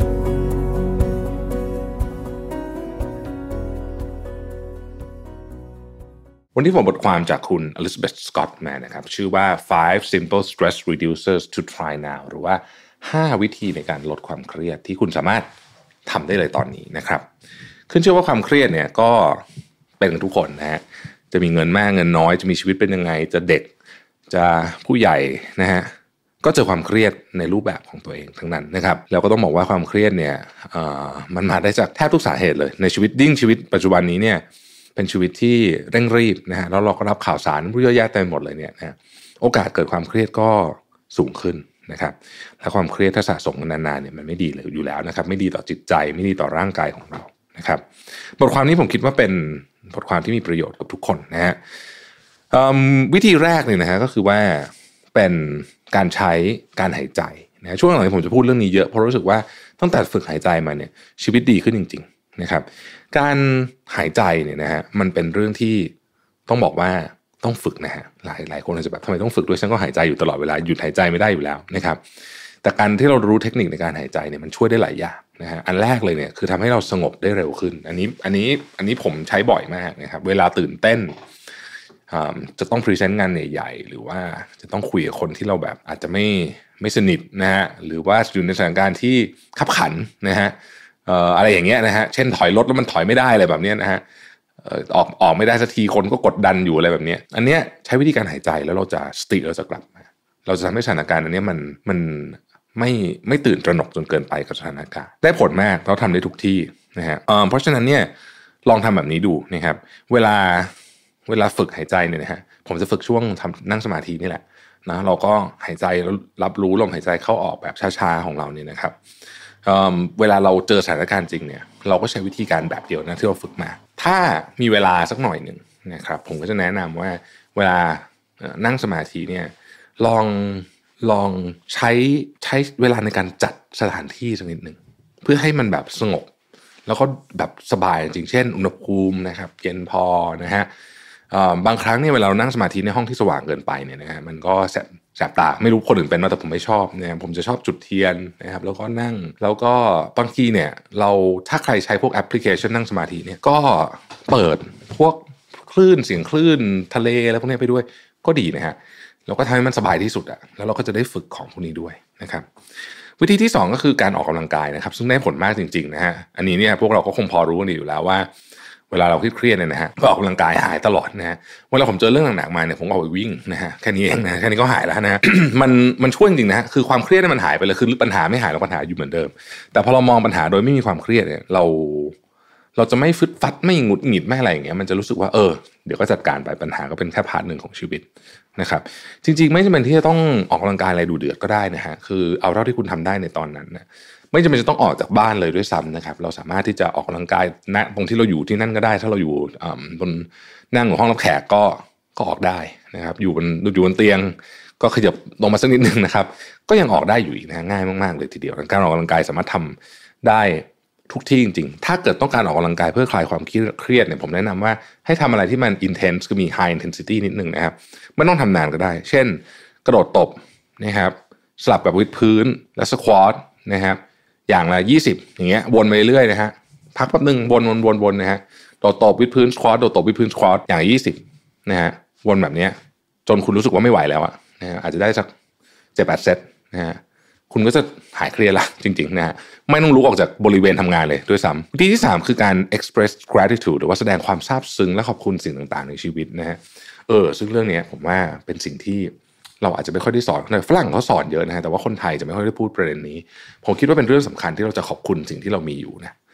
วันที่ผมบทความจากคุณ Elizabeth Scott มานะครับชื่อว่า five simple stress reducers to try now หรือว่าห้าวิธีในการลดความเครียดที่คุณสามารถทำได้เลยตอนนี้นะครับขึ้นชื่อว่าความเครียดเนี่ยก็เป็นทุกคนนะฮะจะมีเงินมากเงินน้อยจะมีชีวิตเป็นยังไงจะเด็กจะผู้ใหญ่นะฮะก็เจอความเครียดในรูปแบบของตัวเองทั้งนั้นนะครับแล้วก็ต้องบอกว่าความเครียดเนี่ยเอ่อมันมาได้จากแทบทุกสาเหตุเลยในชีวิตดิ้งชีวิตปัจจุบันนี้เนี่ยเป็นชีวิตที่เร่งรีบนะฮะแล้วเราก็รับข่าวสารเยอะแยะเต็มหมดเลยเนี่ยนะโอกาสเกิดความเครียดก็สูงขึ้นนะครับและความเครียดถ้าสะสมกันนานๆเนี่ยมันไม่ดีเลยอยู่แล้วนะครับไม่ดีต่อจิตใจไม่ดีต่อร่างกายของเรานะครับบทความนี้ผมคิดว่าเป็นบทความที่มีประโยชน์กับทุกคนนะฮะวิธีแรกเนี่ยนะฮะก็คือว่าเป็นการใช้การหายใจนะช่วงหลังผมจะพูดเรื่องนี้เยอะเพราะรู้สึกว่าตั้งแต่ฝึกหายใจมาเนี่ยชีวิตดีขึ้นจริงๆนะครับการหายใจเนี่ยนะฮะมันเป็นเรื่องที่ต้องบอกว่าต้องฝึกนะฮะหลายหลายคนอาจจะแบบทำไมต้องฝึกด้วยฉันก็หายใจอยู่ตลอดเวลาหยุดหายใจไม่ได้อยู่แล้วนะครับแต่การที่เรารู้เทคนิคในการหายใจเนี่ยมันช่วยได้หลายอย่างนะฮะอันแรกเลยเนี่ยคือทำให้เราสงบได้เร็วขึ้นอันนี้อันนี้อันนี้ผมใช้บ่อยมากนะครับเวลาตื่นเต้นจะต้องพรีเซนต์งานใหญ่ๆหรือว่าจะต้องคุยกับคนที่เราแบบอาจจะไม่ไม่สนิทนะฮะหรือว่าอยู่ในสถานการณ์ที่ขับขันนะฮะเอ่ออะไรอย่างเงี้ยนะฮะเช่นถอยรถแล้วมันถอยไม่ได้อะไรแบบเนี้ยนะฮะเอ่อออกออกไม่ได้สักทีคนก็กดดันอยู่อะไรแบบเนี้ยอันเนี้ยใช้วิธีการหายใจแล้วเราจะสติเราจะกลับมาเราจะทำให้สถานการณ์อันนี้มันมันไม่ไม่ตื่นตระหนกจนเกินไปกับสถานการณ์ได้ผลมากเราทำได้ทุกที่นะฮะเอ่อเพราะฉะนั้นเนี่ยลองทำแบบนี้ดูนะครับเวลาเวลาฝึกหายใจเนี่ยนะฮะผมจะฝึกช่วงทำนั่งสมาธินี่แหละนะเราก็หายใจแล้วรับรู้ลมหายใจเข้าออกแบบช้าๆของเราเนี่ยนะครับ เอ่อเวลาเราเจอสถานการณ์จริงเนี่ยเราก็ใช้วิธีการแบบเดียวนะที่เราฝึกมาถ้ามีเวลาสักหน่อยหนึ่งนะครับผมก็จะแนะนำว่าเวลานั่งสมาธิเนี่ยลองลองใช้ใช้เวลาในการจัดสถานที่สักนิดหนึ่งเพื่อให้มันแบบสงบแล้วก็แบบสบายจริงเช่นอุณหภูมินะครับเย็นพอนะฮะบางครั้งเนี่ยเวลาเรานั่งสมาธิในห้องที่สว่างเกินไปเนี่ยนะฮะมันก็แสบแสบตาไม่รู้คนอื่นเป็นมาแต่ผมไม่ชอบเนี่ยผมจะชอบจุดเทียนนะครับแล้วก็นั่งแล้วก็บางทีเนี่ยเราถ้าใครใช้พวกแอปพลิเคชันนั่งสมาธิเนี่ยก็เปิดพวกคลื่นเสียงคลื่นทะเลอะไรพวกนี้ไปด้วยก็ดีนะฮะแล้วก็ทำให้มันสบายที่สุดอะแล้วเราก็จะได้ฝึกของพวกนี้ด้วยนะครับวิธีที่สองก็คือการออกกำลังกายนะครับซึ่งได้ผลมากจริงๆนะฮะอันนี้เนี่ยพวกเราก็คงพอรู้กันอยู่แล้วว่าเวลาเราเครียดๆเนี่ยนะฮะก็ออกกำลังกายหายตลอดนะฮะเวลาผมเจอเรื่องหนักๆมาเนี่ยผมออกไปวิ่งนะฮะแค่นี้เองนะแค่นี้ก็หายแล้วนะ มันมันช่วยจริงๆนะฮะคือความเครียดมันหายไปเลยคือปัญหาไม่หายแล้วปัญหาอยู่เหมือนเดิมแต่พอเรามองปัญหาโดยไม่มีความเครียดเนี่ยเราเราจะไม่ฟึดฟัดไม่หงุดหงิดไม่อะไรอย่างเงี้ยมันจะรู้สึกว่าเออเดี๋ยวก็จัดการไปปัญหาก็เป็นแค่พาร์ทหนึ่งของชีวิตนะครับจริงๆไม่จำเป็นที่จะต้องออกกำลังกายอะไรดูเดือดก็ได้นะฮะคือเอาเท่าที่คุณทำได้ในตอนนั้นนะไม่จำเป็นจะต้องออกจากบ้านเลยด้วยซ้ำนะครับเราสามารถที่จะออกกำลังกายณตรงที่เราอยู่ที่นั่นก็ได้ถ้าเราอยู่บนนั่งอยู่ห้องรับแขกก็ก็ออกได้นะครับอยู่บนอยู่บนเตียงก็ขยับลงมาสักนิดนึงนะครับก็ยังออกได้อยู่อีกนะง่ายมากๆเลยทีเดียวการออกกำลังกายสามารถทำได้ทุกที่จริงๆถ้าเกิดต้องการออกกำลังกายเพื่อคลายความเครียดเนี่ยผมแนะนำว่าให้ทำอะไรที่มัน intense คือมี high intensity นิดนึงนะครับไม่ต้องทำนานก็ได้เช่นกระโดดตบนะครับสลับกับวิดพื้นและสควอตนะครับอย่างละยี่สิบอย่างเงี้ยวนไปเรื่อยนะฮะพักแป๊บนึงวนวนวนวนนะฮะโดดตบวิดพื้นสควอตโดดตบวิดพื้นสควอตอย่างยี่สิบนะฮะวนแบบเนี้ยจนคุณรู้สึกว่าไม่ไหวแล้วอะนะฮะอาจจะได้สัก เจ็ดแปด เซตนะฮะคุณก็จะหายเครียดละจริงๆนะฮะไม่ต้องลุกออกจากบริเวณทำงานเลยด้วยซ้ำวิธีที่สามคือการ express gratitude หรือว่าแสดงความซาบซึ้งและขอบคุณสิ่งต่างๆในชีวิตนะฮะเออซึ่งเรื่องนี้ผมว่าเป็นสิ่งที่เราอาจจะไม่ค่อยได้สอนฝรั่งเขาสอนเยอะนะฮะแต่ว่าคนไทยจะไม่ค่อยได้พูดประเด็นนี้ผมคิดว่าเป็นเรื่องสำคัญที่เราจะขอบคุณสิ่งที่เรามีอยู่นะ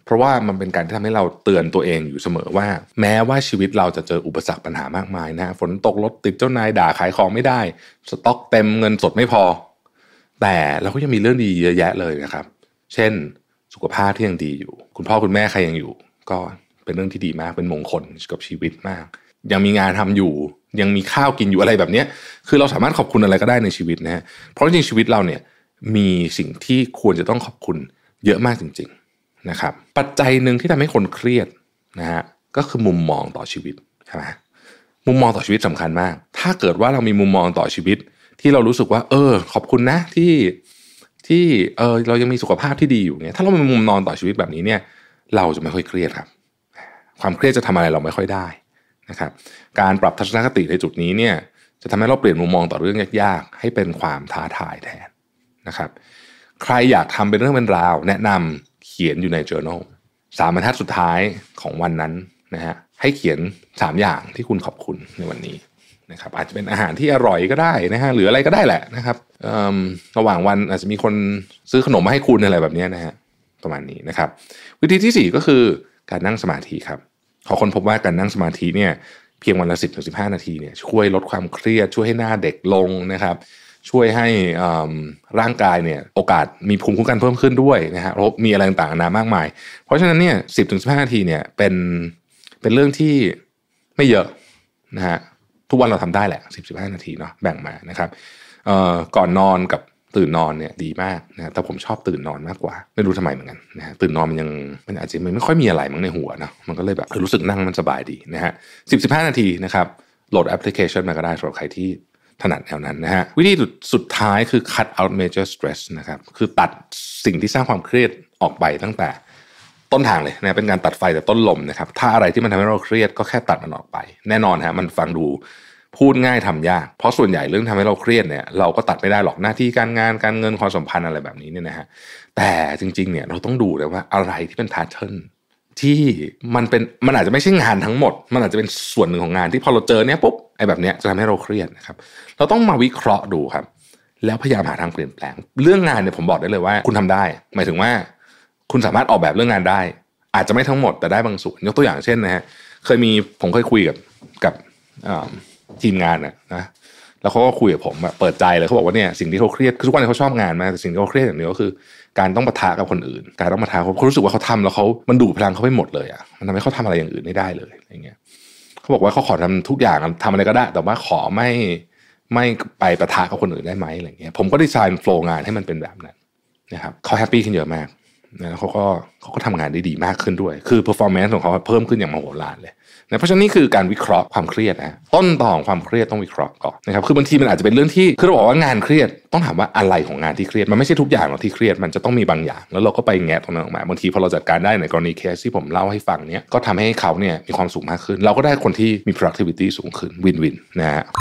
เพราะว่ามันเป็นการที่ทำให้เราเตือนตัวเองอยู่เสมอว่าแม้ว่าชีวิตเราจะเจออุปสรรคปัญหามากมายนะฝนตกรถติดเจ้านายด่าขายของไม่ได้สต็อกเต็มเงินสดไม่พอแต่เราก็ยังมีเรื่องดีเยอะแยะเลยนะครับเช่นสุขภาพที่ยังดีอยู่คุณพ่อคุณแม่ใครยังอยู่ก็เป็นเรื่องที่ดีมากเป็นมงคลกับชีวิตมากยังมีงานทำอยู่ยังมีข้าวกินอยู่อะไรแบบนี้คือเราสามารถขอบคุณอะไรก็ได้ในชีวิตนะฮะเพราะจริงๆชีวิตเราเนี่ยมีสิ่งที่ควรจะต้องขอบคุณเยอะมากจริงๆนะครับปัจจัยหนึ่งที่ทำให้คนเครียดนะฮะก็คือมุมมองต่อชีวิตใช่ไหมมุมมองต่อชีวิตสำคัญมากถ้าเกิดว่าเรามีมุมมองต่อชีวิตที่เรารู้สึกว่าเออขอบคุณนะที่ที่เออเรายังมีสุขภาพที่ดีอยู่เนี่ยถ้าเรามีมุมมองต่อชีวิตแบบนี้เนี่ยเราจะไม่ค่อยเครียดครับความเครียดจะทำอะไรเราไม่ค่อยได้นะครับการปรับทัศนคติในจุดนี้เนี่ยจะทำให้เราเปลี่ยนมุมมองต่อเรื่องยากๆให้เป็นความท้าทายแทนนะครับใครอยากทำเป็นเรื่องเป็นราวแนะนำเขียนอยู่ใน journal สามบรรทัดสุดท้ายของวันนั้นนะฮะให้เขียนสามอย่างที่คุณขอบคุณในวันนี้นะครับอาจจะเป็นอาหารที่อร่อยก็ได้นะฮะหรืออะไรก็ได้แหละนะครับระหว่างวันอาจจะมีคนซื้อขนมมาให้คุณอะไรแบบนี้นะฮะประมาณนี้นะครับวิธีที่สี่ก็คือการนั่งสมาธิครับเขาค้นพบว่าการนั่งสมาธิเนี่ยเพียงวันละ สิบถึงสิบห้า นาทีเนี่ยช่วยลดความเครียดช่วยให้หน้าเด็กลงนะครับช่วยให้ร่างกายเนี่ยโอกาสมีภูมิคุ้มกันเพิ่มขึ้นด้วยนะฮะมีอะไรต่างๆนานามากมายเพราะฉะนั้นเนี่ย สิบถึงสิบห้า นาทีเนี่ยเป็นเป็นเรื่องที่ไม่เยอะนะฮะทุกวันเราทำได้แหละ สิบถึงสิบห้า นาทีเนาะแบ่งมานะครับก่อนนอนกับตื่นนอนเนี่ยดีมากนะแต่ผมชอบตื่นนอนมากกว่าไม่รู้ทำไมเหมือนกันนะฮะตื่นนอนมันยังมันอาจจะไม่ค่อยมีอะไรมั้งในหัวนะมันก็เลยแบบรู้สึกนั่งมันสบายดีนะฮะ สิบถึงสิบห้า นาทีนะครับโหลดแอปพลิเคชันมาก็ได้สำหรับใครที่ถนัดแนวนั้นนะฮะวิธีสุดท้ายคือ cut out major stress นะครับคือตัดสิ่งที่สร้างความเครียดออกไปตั้งแต่ต้นทางเลยนะเป็นการตัดไฟแต่ต้นลมนะครับถ้าอะไรที่มันทำให้เราเครียดก็แค่ตัดมันออกไปแน่นอนฮะมันฟังดูพูดง่ายทำยากเพราะส่วนใหญ่เรื่องทำให้เราเครียดเนี่ยเราก็ตัดไม่ได้หรอกหน้าที่การงานการเงินความสัมพันธ์อะไรแบบนี้เนี่ยนะฮะแต่จริงๆเนี่ยเราต้องดูเลยว่าอะไรที่เป็น pattern ที่มันเป็นมันอาจจะไม่ใช่งานทั้งหมดมันอาจจะเป็นส่วนหนึ่งของงานที่พอเราเจอเนี่ยปุ๊บไอ้แบบเนี้ยจะทำให้เราเครียดนะครับเราต้องมาวิเคราะห์ดูครับแล้วพยายามหาทางเปลี่ยนแปลงเรื่องงานเนี่ยผมบอกได้เลยว่าคุณทำได้หมายถึงว่าคุณสามารถออกแบบเรื่องงานได้อาจจะไม่ทั้งหมดแต่ได้บางส่วนยกตัวอย่างเช่นนะฮะเคยมีผมเคยคุยกับกับทีมงานนะนะแล้วเขาก็คุยกับผมแบบเปิดใจเลยเขาบอกว่าเนี่ยสิ่งที่เขาเครียดคือทุกวันนี้เขาชอบงานมากแต่สิ่งที่เขาเครียดอย่างเดียวก็คือการต้องปะทะกับคนอื่นการต้องปะทะเขารู้สึกว่าเขาทำแล้วเขามันดูดพลังเขาไปหมดเลยอ่ะมันทำให้เขาทำอะไรอย่างอื่นไม่ได้เลยอะไรเงี้ยเขาบอกว่าเขาขอทำทุกอย่างทำอะไรก็ได้แต่ว่าขอไม่ไม่ไปปะทะกับคนอื่นได้ไหมอะไรเงี้ยผมก็ดีไซน์โฟล์งานให้มันเป็นแบบนั้นนะครับเขาแฮปปี้ขึ้นเยอะมากนะเขาก็เขาก็ทำงานได้ดีมากขึ้นด้วยคือ performance ของเขาเพิ่มขึ้นอย่างมโหฬารเลยนะเพราะฉะนั้นนี่คือการวิเคราะห์ความเครียดนะต้นตอของความเครียดต้องวิเคราะห์ก่อนนะครับคือบางทีมันอาจจะเป็นเรื่องที่คือเราบอกว่างานเครียดต้องถามว่าอะไรของงานที่เครียดมันไม่ใช่ทุกอย่างหรอกที่เครียดมันจะต้องมีบางอย่างแล้วเราก็ไปแงะตรงนั้นออกมาบางทีพอเราจัดการได้ในกรณีเคสที่ผมเล่าให้ฟังเนี้ยก็ทำให้เขาเนี่ยมีความสุขมากขึ้นเราก็ได้คนที่มี productivity สูงขึ้นวินวินนะฮะ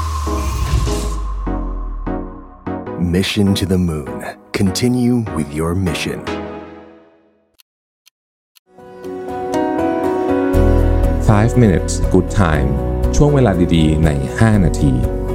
Mission to the Moon. Continue with your mission. five minutes good time ช่วงเวลาดีๆในห้านาที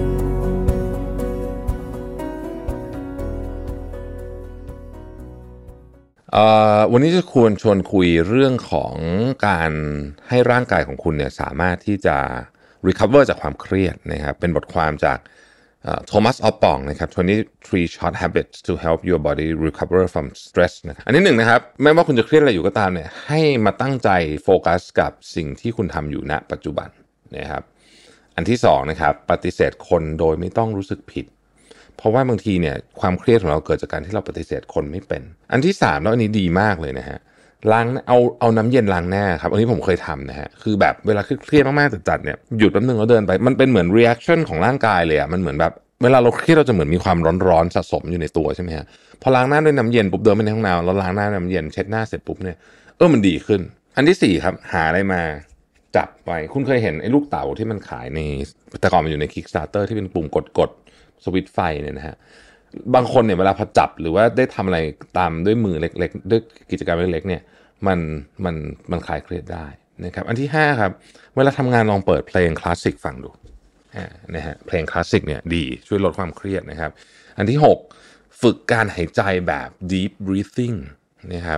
เอ่อวันนี้จะควรชวนคุยเรื่องของการให้ร่างกายของคุณเนี่ยสามารถที่จะ recover จากความเครียดนะครับเป็นบทความจากโทมัสออฟปองนะครับtwenty-three short habits to help your body recover from stress นะครับอันที่หนึ่งนะครับไม่ว่าคุณจะเครียดอะไรอยู่ก็ตามเนี่ยให้มาตั้งใจโฟกัสกับสิ่งที่คุณทำอยู่ณปัจจุบันนะครับอันที่สองนะครับปฏิเสธคนโดยไม่ต้องรู้สึกผิดเพราะว่าบางทีเนี่ยความเครียดของเราเกิดจากการที่เราปฏิเสธคนไม่เป็นอันที่สามแล้วอันนี้ดีมากเลยนะฮะล้างเอาเอาน้ำเย็นล้างหน้าครับอันนี้ผมเคยทำนะฮะคือแบบเวลาเครียดมากๆจัดๆเนี่ยหยุดแป๊บนึงแล้วเดินไปมันเป็นเหมือน reaction ของร่างกายเลยอ่ะมันเหมือนแบบเวลาเราเครียดเราจะเหมือนมีความร้อนๆสะสมอยู่ในตัวใช่ไหมฮะพอล้างหน้าด้วยน้ำเย็นปุ๊บเดินไปในห้องน้ำแล้วล้างหน้าน้ำเย็นเช็ดหน้าเสร็จปุ๊บเนี่ยเออมันดีขึ้นอันที่สี่ครับหาอะไรมาจับไว้คุณเคยเห็นไอ้ลูกเต๋าที่มันขายในแต่ก่อนมันอยู่ใน Kickstarter ที่เป็นปุ่มกดๆสวิตช์ไฟเนี่ยนะฮะบางคนเนี่ยเวลาพอจับหรือว่าได้ทำอะไรตามด้วยมือเล็กๆด้วยกิจกรรมเล็กๆเนี่ยมันมันมันคลายเครียดได้นะครับอันที่ห้าครับเวลาทำงานลองเปิดเพลงคลาสสิกฟังดูนะฮะเพลงคลาสสิกเนี่ยดีช่วยลดความเครียดนะครับอันที่หกฝึกการหายใจแบบ deep breathing นะครับ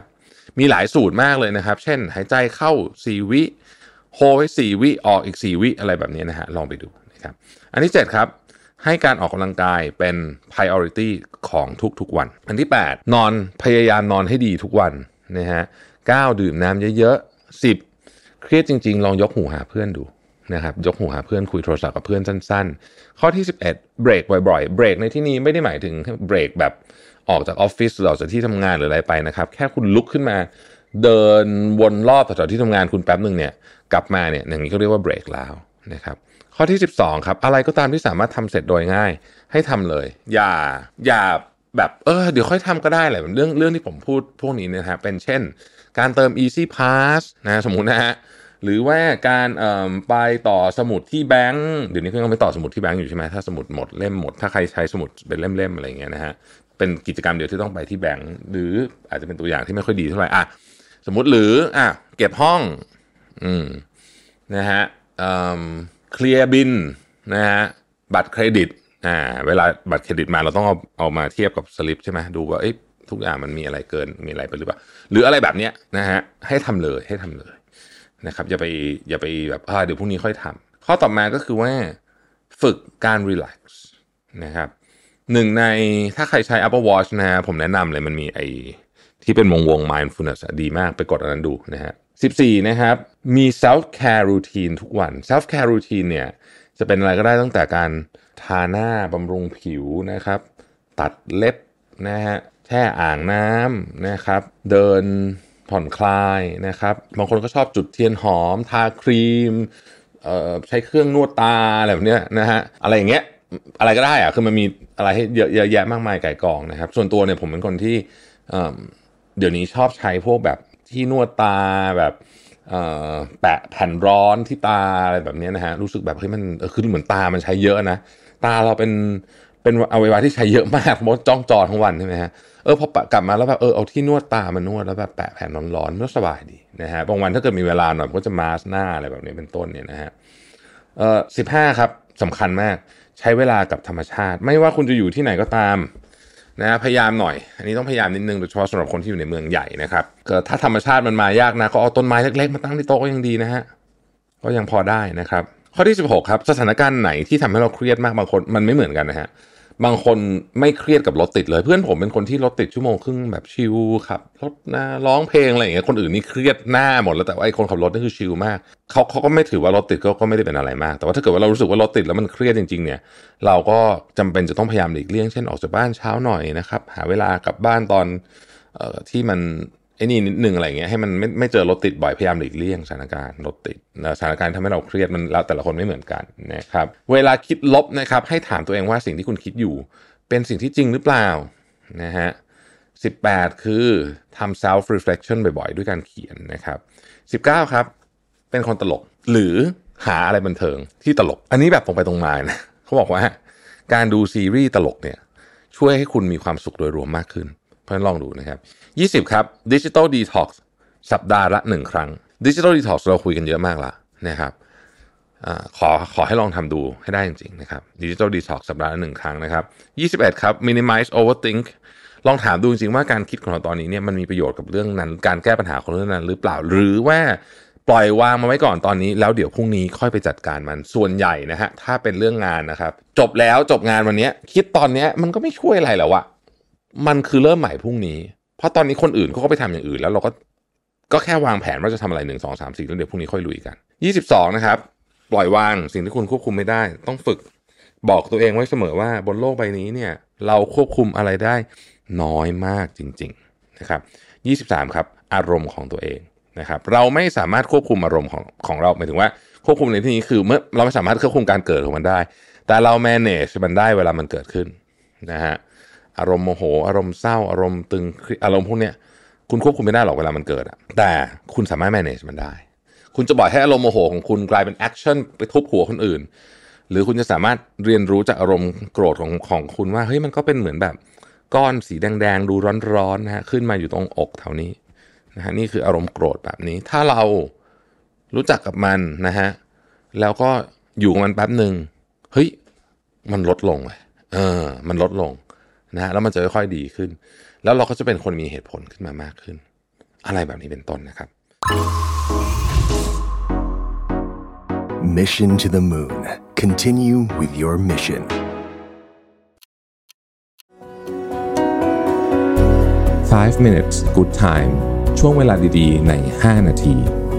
มีหลายสูตรมากเลยนะครับเช่นหายใจเข้าสี่วิโฮไว้สี่วิออกอีกสี่วิอะไรแบบนี้นะฮะลองไปดูนะครับอันที่เจ็ดครับให้การออกกำลังกายเป็น priority ของทุกๆวันอันที่แปดนอนพยายามนอนให้ดีทุกวันนะฮะเก้าดื่มน้ำเยอะๆสิบเครียดจริงๆลองยกหูหาเพื่อนดูนะครับยกหูหาเพื่อนคุยโทรศัพท์กับเพื่อนสั้นๆข้อที่สิบเอ็ดเบรกบ่อยๆเบรกในที่นี้ไม่ได้หมายถึงเบรกแบบออกจากออฟฟิศหรือออกจากที่ทำงานหรืออะไรไปนะครับแค่คุณลุกขึ้นมาเดินวนรอบแถวๆที่ทำงานคุณแป๊บนึงเนี่ยกลับมาเนี่ยอย่างนี้ก็เรียกว่าเบรกแล้วนะครับข้อที่สิบสองครับอะไรก็ตามที่สามารถทำเสร็จโดยง่ายให้ทำเลยอย่าอย่าแบบเออเดี๋ยวค่อยทำก็ได้แหละเรื่องเรื่องที่ผมพูดพวกนี้นะฮะเป็นเช่นการเติม Easy Pass นะสมมุตินะฮะหรือว่าการเอ่อไปต่อสมุดที่แบงก์เดี๋ยวนี้ก็ยังไม่ต่อสมุดที่แบงก์อยู่ใช่ไหมถ้าสมุดหมดเล่มหมดถ้าใครใช้สมุดเป็นเล่มๆอะไรอย่างเงี้ยนะฮะเป็นกิจกรรมเดียวที่ต้องไปที่แบงก์หรืออาจจะเป็นตัวอย่างที่ไม่ค่อยดีเท่าไหร่อ่ะสมมุติหรืออ่ะเก็บห้องอืมนะฮะเอ่อเคลียร์บิลนะฮะบัตรเครดิตอ่าเวลาบัตรเครดิตมาเราต้องเอาเอามาเทียบกับสลิปใช่ไหมดูว่าเอ้ยทุกอย่างมันมีอะไรเกินมีอะไรไปหรือเปล่าหรืออะไรแบบเนี้ยนะฮะให้ทำเลยให้ทำเลยนะครับอย่าไปอย่าไปแบบอ่าเดี๋ยวพรุ่งนี้ค่อยทำข้อต่อมาก็คือว่าฝึกการรีแลกซ์นะครับหนึ่งในถ้าใครใช้ Apple Watch นะฮะผมแนะนำเลยมันมีไอที่เป็นวงวง mindfulness ดีมากไปกดอันนั้นดูนะฮะสิบสี่นะครับมี self care routine ทุกวัน self care routine เนี่ยจะเป็นอะไรก็ได้ตั้งแต่การทาหน้าบำรุงผิวนะครับตัดเล็บนะฮะแช่อ่างน้ำนะครับเดินผ่อนคลายนะครับบางคนก็ชอบจุดเทียนหอมทาครีมเอ่อใช้เครื่องนวดตาอะไรแบบเนี้ยนะฮะอะไรอย่างเงี้ยอะไรก็ได้อะคือมันมีอะไรให้เยอะเยอะแยะมากมายไก่กองนะครับส่วนตัวเนี่ยผมเป็นคนที่เอ่อเดี๋ยวนี้ชอบใช้พวกแบบที่นวดตาแบบเอ่อแปะแผ่นร้อนที่ตาอะไรแบบนี้นะฮะรู้สึกแบบเฮ้ยมันเออคือเหมือนตามันใช้เยอะนะตาเราเป็นเป็นอวัยวะที่ใช้เยอะมากเพราะจ้องจอทั้งวันใช่ไหมฮะเออพอกลับมาแล้วแบบเออเอาที่นวดตามานวดแล้วแบบแปะแผ่นร้อนๆก็สบายดีนะฮะบางวันถ้าเกิดมีเวลาหน่อยก็จะมาสหน้าอะไรแบบนี้เป็นต้นเนี่ยนะฮะเออสิบห้าครับสำคัญมากใช้เวลากับธรรมชาติไม่ว่าคุณจะอยู่ที่ไหนก็ตามนะพยายามหน่อยอันนี้ต้องพยายามนิดนึงโดยเฉพาะสำหรับคนที่อยู่ในเมืองใหญ่นะครับก็ถ้าธรรมชาติมันมายากนะก็เอาต้นไม้เล็กๆมาตั้งที่โต๊ะก็ยังดีนะฮะก็ยังพอได้นะครับข้อที่สิบหกครับสถานการณ์ไหนที่ทำให้เราเครียดมากบางคนมันไม่เหมือนกันนะฮะบางคนไม่เครียดกับรถติดเลยเพื่อนผมเป็นคนที่รถติดชั่วโมงครึ่งแบบชิลครับรถนะร้องเพลงอะไรอย่างเงี้ยคนอื่นนี่เครียดหน้าหมดแล้วแต่ว่าไอ้คนขับรถนี่คือชิลมากเขาเขาก็ไม่ถือว่ารถติดก็ก็ไม่ได้เป็นอะไรมากแต่ว่าถ้าเกิดว่าเรารู้สึกว่ารถติดแล้วมันเครียดจริงๆเนี่ยเราก็จำเป็นจะต้องพยายามหลีกเลี่ยงเช่นออกจากบ้านเช้าหน่อยนะครับหาเวลากลับบ้านตอนเอ่อที่มันไอ้นี่นิดนึงอะไรเงี้ยให้มันไม่ไม่เจอรถติดบ่อยพยายามหลีกเลี่ยงสถานการณ์รถติดสถานการณ์ทำให้เราเครียดมันแล้วแต่ละคนไม่เหมือนกันนะครับเวลาคิดลบนะครับให้ถามตัวเองว่าสิ่งที่คุณคิดอยู่เป็นสิ่งที่จริงหรือเปล่านะฮะสิบแปดคือทำ self reflection บ่อยๆด้วยการเขียนนะครับสิบเก้าครับเป็นคนตลกหรือหาอะไรบันเทิงที่ตลกอันนี้แบบตรงไปตรงมานะเขาบอกว่าการดูซีรีส์ตลกเนี่ยช่วยให้คุณมีความสุขโดยรวมมากขึ้นเพราะฉะนั้นลองดูนะครับยี่สิบครับ digital detox สัปดาห์ละหนึ่งครั้ง digital detox เราคุยกันเยอะมากละนะครับอ่าขอขอให้ลองทำดูให้ได้จริงๆนะครับ Digital Detox สัปดาห์ละหนึ่งครั้งนะครับยี่สิบเอ็ดครับ Minimize Overthink ลองถามดูจริงๆว่าการคิดของเราตอนนี้เนี่ยมันมีประโยชน์กับเรื่องนั้นการแก้ปัญหาของเรื่องนั้นหรือเปล่าหรือว่าปล่อยวางมาไว้ก่อนตอนนี้แล้วเดี๋ยวพรุ่งนี้ค่อยไปจัดการมันส่วนใหญ่นะฮะถ้าเป็นเรื่องงานนะครับจบแล้วจบงานวันนี้คิดตอนนี้มันก็ไม่ช่วยอะไรแล้วอะมันคือเริ่มใหม่พรุ่งนี้เพราะตอนนี้คนอื่นเขาก็ไปทำอย่างอื่นแล้วเราก็ก็แค่วางแผนว่าจะทำอะไรหนึ่ง สอง สาม สี่แล้วเดี๋ยวพรุ่งนี้ค่อยลุยกันยี่สิบสองนะครับปล่อยวางสิ่งที่คุณควบคุมไม่ได้ต้องฝึกบอกตัวเองไว้เสมอว่าบนโลกใบนี้เนี่ยเราควบคุมอะไรได้น้อยมากจริงๆนะครับยี่สิบสามครับอารมณ์ของตัวเองนะครับเราไม่สามารถควบคุมอารมณ์ของของเราหมายถึงว่าควบคุมในที่นี้คือเมื่อเราไม่สามารถควบคุมการเกิดของมันได้แต่เรา manage มันได้เวลามันเกิดขึ้นนะฮะอารมณ์โมโหอารมณ์เศร้าอารมณ์ตึงอารมณ์พวกเนี้ยคุณควบคุมไม่ได้หรอกเวลามันเกิดอะแต่คุณสามารถ manage มันได้คุณจะปล่อยให้อารมณ์โมโหของคุณกลายเป็นแอคชั่นไปทุบหัวคนอื่นหรือคุณจะสามารถเรียนรู้จากอารมณ์โกรธของของคุณว่าเฮ้ยมันก็เป็นเหมือนแบบก้อนสีแดงๆดูร้อนๆนะฮะขึ้นมาอยู่ตรงอกแถวนี้นะฮะนี่คืออารมณ์โกรธแบบนี้ถ้าเรารู้จักกับมันนะฮะแล้วก็อยู่กับมันแป๊บนึงเฮ้ยมันลดลงเลยเออมันลดลงนะฮะแล้วมันจะค่อยๆดีขึ้นแล้วเราก็จะเป็นคนมีเหตุผลขึ้นมามากขึ้นอะไรแบบนี้เป็นต้นนะครับ Mission to the Moon. Continue with your mission. five minutes good time ช่วงเวลาดีๆในห้านาที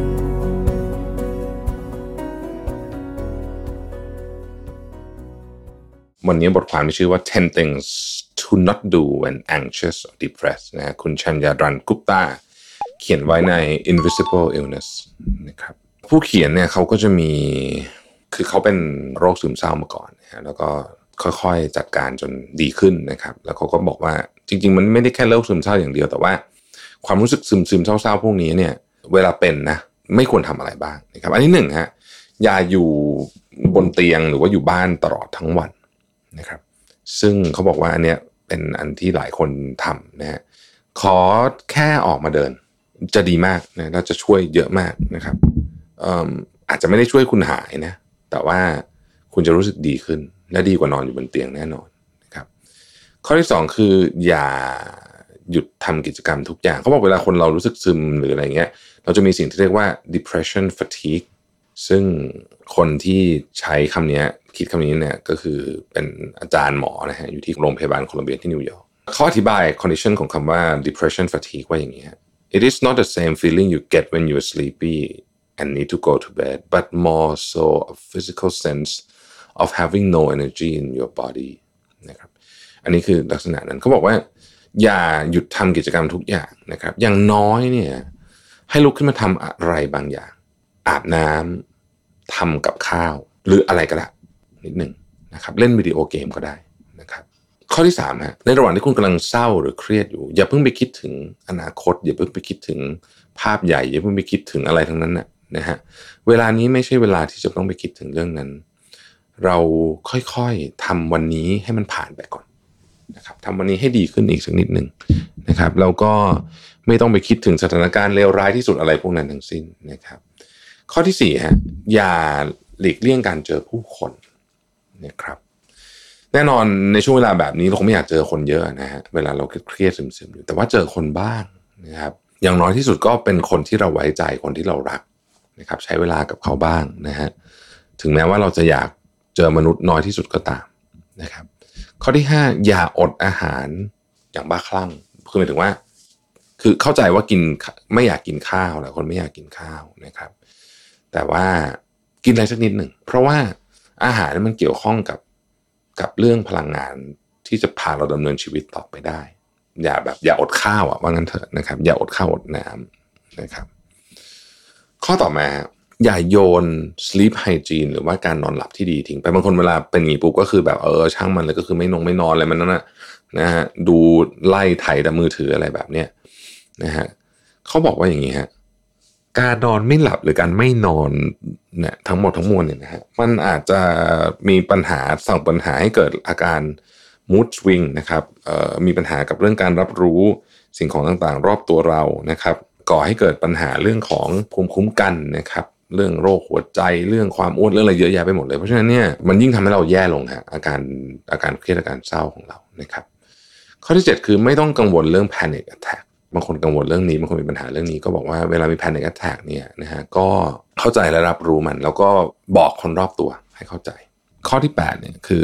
วันนี้บทความที่ชื่อว่า ten things to not do when anxious or depressed นะฮะคุณชัญญารันกุปตาเขียนไว้ใน Invisible Illness นะครับผู้เขียนเนี่ยเขาก็จะมีคือเขาเป็นโรคซึมเศร้ามาก่อนนะฮะแล้วก็ค่อยๆจัดการจนดีขึ้นนะครับแล้วเขาก็บอกว่าจริงๆมันไม่ได้แค่โรคซึมเศร้าอย่างเดียวแต่ว่าความรู้สึกซึมๆเศร้าๆพวกนี้เนี่ยเวลาเป็นนะไม่ควรทำอะไรบ้างนะครับอันที่หนึ่งฮะอย่าอยู่บนเตียงหรือว่าอยู่บ้านตลอดทั้งวันนะครับซึ่งเขาบอกว่าอันเนี้ยเป็นอันที่หลายคนทำนะฮะขอแค่ออกมาเดินจะดีมากนะแล้วจะช่วยเยอะมากนะครับเอ่ออาจจะไม่ได้ช่วยคุณหายนะแต่ว่าคุณจะรู้สึกดีขึ้นและดีกว่านอนอยู่บนเตียงแน่นอนนะครับข้อที่สองคืออย่าหยุดทำกิจกรรมทุกอย่างเขาบอกเวลาคนเรารู้สึกซึมหรืออะไรเงี้ยเราจะมีสิ่งที่เรียกว่า depression fatigue ซึ่งคนที่ใช้คำนี้คิดคำนี้เนี่ยก็คือเป็นอาจารย์หมอนะฮะอยู่ที่โรงพยาบาลโคลัมเบียที่นิวยอร์กเขาอธิบาย condition ของคำว่า depression fatigue ว่าอย่างนี้ It is not the same feeling you get when you're sleepy and need to go to bed but more so a physical sense of having no energy in your body นะครับอันนี้คือลักษณะนั้นเขาบอกว่าอย่าหยุดทำกิจกรรมทุกอย่างนะครับอย่างน้อยเนี่ยให้ลุกขึ้นมาทำอะไรบางอย่างอาบน้ำทำกับข้าวหรืออะไรก็ได้นิดหนึ่งนะครับเล่นวิดีโอเกมก็ได้นะครับข้อที่สามฮะในระหว่างที่คุณกำลังเศร้าหรือเครียดอยู่อย่าเพิ่งไปคิดถึงอนาคตอย่าเพิ่งไปคิดถึงภาพใหญ่อย่าเพิ่งไปคิดถึงอะไรทั้งนั้นนะนะฮะเวลานี้ไม่ใช่เวลาที่จะต้องไปคิดถึงเรื่องนั้นเราค่อยๆทำวันนี้ให้มันผ่านไปก่อนนะครับทำวันนี้ให้ดีขึ้นอีกสักนิดหนึ่งนะครับแล้วก็ไม่ต้องไปคิดถึงสถานการณ์เลวร้ายที่สุดอะไรพวกนั้นทั้งสิ้นนะครับข้อที่สี่ฮะอย่าหลีกเลี่ยงการเจอผู้คนนะครับแน่นอนในช่วงเวลาแบบนี้เราคงไม่อยากเจอคนเยอะนะฮะเวลาเราเครียดซึมๆอยู่แต่ว่าเจอคนบ้างนะครับอย่างน้อยที่สุดก็เป็นคนที่เราไว้ใจคนที่เรารักนะครับใช้เวลากับเขาบ้างนะฮะถึงแม้ว่าเราจะอยากเจอมนุษย์น้อยที่สุดก็ตามนะครับข้อที่ห้าอย่าอดอาหารอย่างบ้าคลั่งคือหมายถึงว่าคือเข้าใจว่ากินไม่อยากกินข้าวหลายคนไม่อยากกินข้าวนะครับแต่ว่ากินอะไรสักนิดหนึ่งเพราะว่าอาหารมันเกี่ยวข้องกับกับเรื่องพลังงานที่จะพาเราดำเนินชีวิตต่อไปได้อย่าแบบอย่าอดข้าวอ่ะว่างั้นเถอะนะครับอย่าอดข้าวอดน้ำนะครับข้อต่อมาอย่าโยน sleep hygiene หรือว่าการนอนหลับที่ดีทิ้งไปบางคนเวลาเป็นอย่างนี้ปุ๊บก็คือแบบเออช่างมันเลยก็คือไม่นงไม่นอนอะไรมันนั่นนะนะฮะดูไล่ไถแต่มือถืออะไรแบบเนี้ยนะฮะเขาบอกว่าอย่างนี้ฮะการนอนไม่หลับหรือการไม่นอนเนี่ยทั้งหมดทั้งมวลเนี่ยนะฮะมันอาจจะมีปัญหาส่งปัญหาให้เกิดอาการ mood swing นะครับเอ่อมีปัญหากับเรื่องการรับรู้สิ่งของต่างๆรอบตัวเรานะครับก่อให้เกิดปัญหาเรื่องของภูมิคุ้มกันนะครับเรื่องโรคหัวใจเรื่องความอ้วนเรื่องอะไรเยอะแยะไปหมดเลยเพราะฉะนั้นเนี่ยมันยิ่งทำให้เราแย่ลงฮะอาการอาการเครียดอาการเศร้าของเรานะครับข้อที่เจ็ดคือไม่ต้องกังวลเรื่อง panic attack บางคนกังวลเรื่องนี้บางคนมีปัญหาเรื่องนี้ก็บอกว่าเวลามี panic attack เนี่ยนะฮะก็เข้าใจและรับรู้มันแล้วก็บอกคนรอบตัวให้เข้าใจข้อที่แปดเนี่ยคือ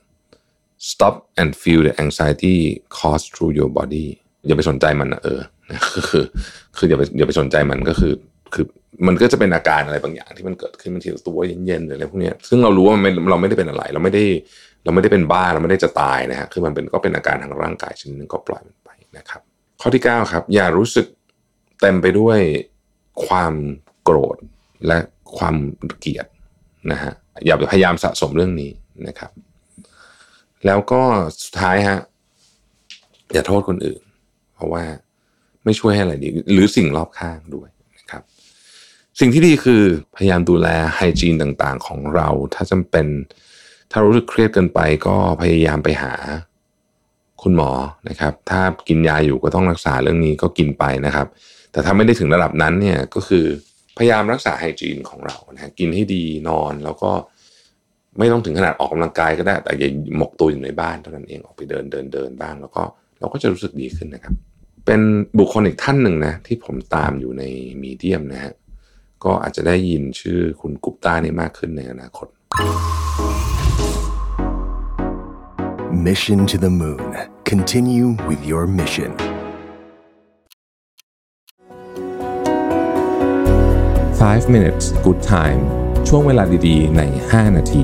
stop and feel the anxiety caused through your body อย่าไปสนใจมันนะเออคือคืออย่าไปอย่าไปสนใจมันก็คือคือมันก็จะเป็นอาการอะไรบางอย่างที่มันเกิดขึ้นบางทีตัวเย็นๆหรืออะไรพวกนี้ซึ่งเรารู้ว่ามันไม่เราไม่ได้เป็นอะไรเราไม่ได้เราไม่ได้เป็นบ้าเราไม่ได้จะตายนะฮะคือมันเป็นก็เป็นอาการทางร่างกายชนิดนึงก็ปล่อยมันไปนะครับข้อที่เก้าครับอย่ารู้สึกเต็มไปด้วยความโกรธและความเกลียดนะฮะอย่าพยายามสะสมเรื่องนี้นะครับแล้วก็สุดท้ายฮะอย่าโทษคนอื่นเพราะว่าไม่ช่วยให้อะไรดีหรือสิ่งรอบข้างด้วยนะครับสิ่งที่ดีคือพยายามดูแลไฮจีนต่างๆของเราถ้าจำเป็นถ้ารู้สึกเครียดเกินไปก็พยายามไปหาคุณหมอนะครับถ้ากินยาอยู่ก็ต้องรักษาเรื่องนี้ก็กินไปนะครับแต่ถ้าไม่ได้ถึงระดับนั้นเนี่ยก็คือพยายามรักษาไฮจีนของเรานะกินให้ดีนอนแล้วก็ไม่ต้องถึงขนาดออกกำลังกายก็ได้แต่อย่าหมกตัวอยู่ในบ้านเท่านั้นเองออกไปเดินเดินเดินบ้างแล้วก็เราก็จะรู้สึกดีขึ้นนะครับเป็นบุคคลอีกท่านหนึ่งนะที่ผมตามอยู่ในมีเดียมนะฮะก็อาจจะได้ยินชื่อคุณกุปตานี่มากขึ้นในอนาคต Mission to the Moon. Continue with your mission. five minutes good time ช่วงเวลาดีๆในห้านาที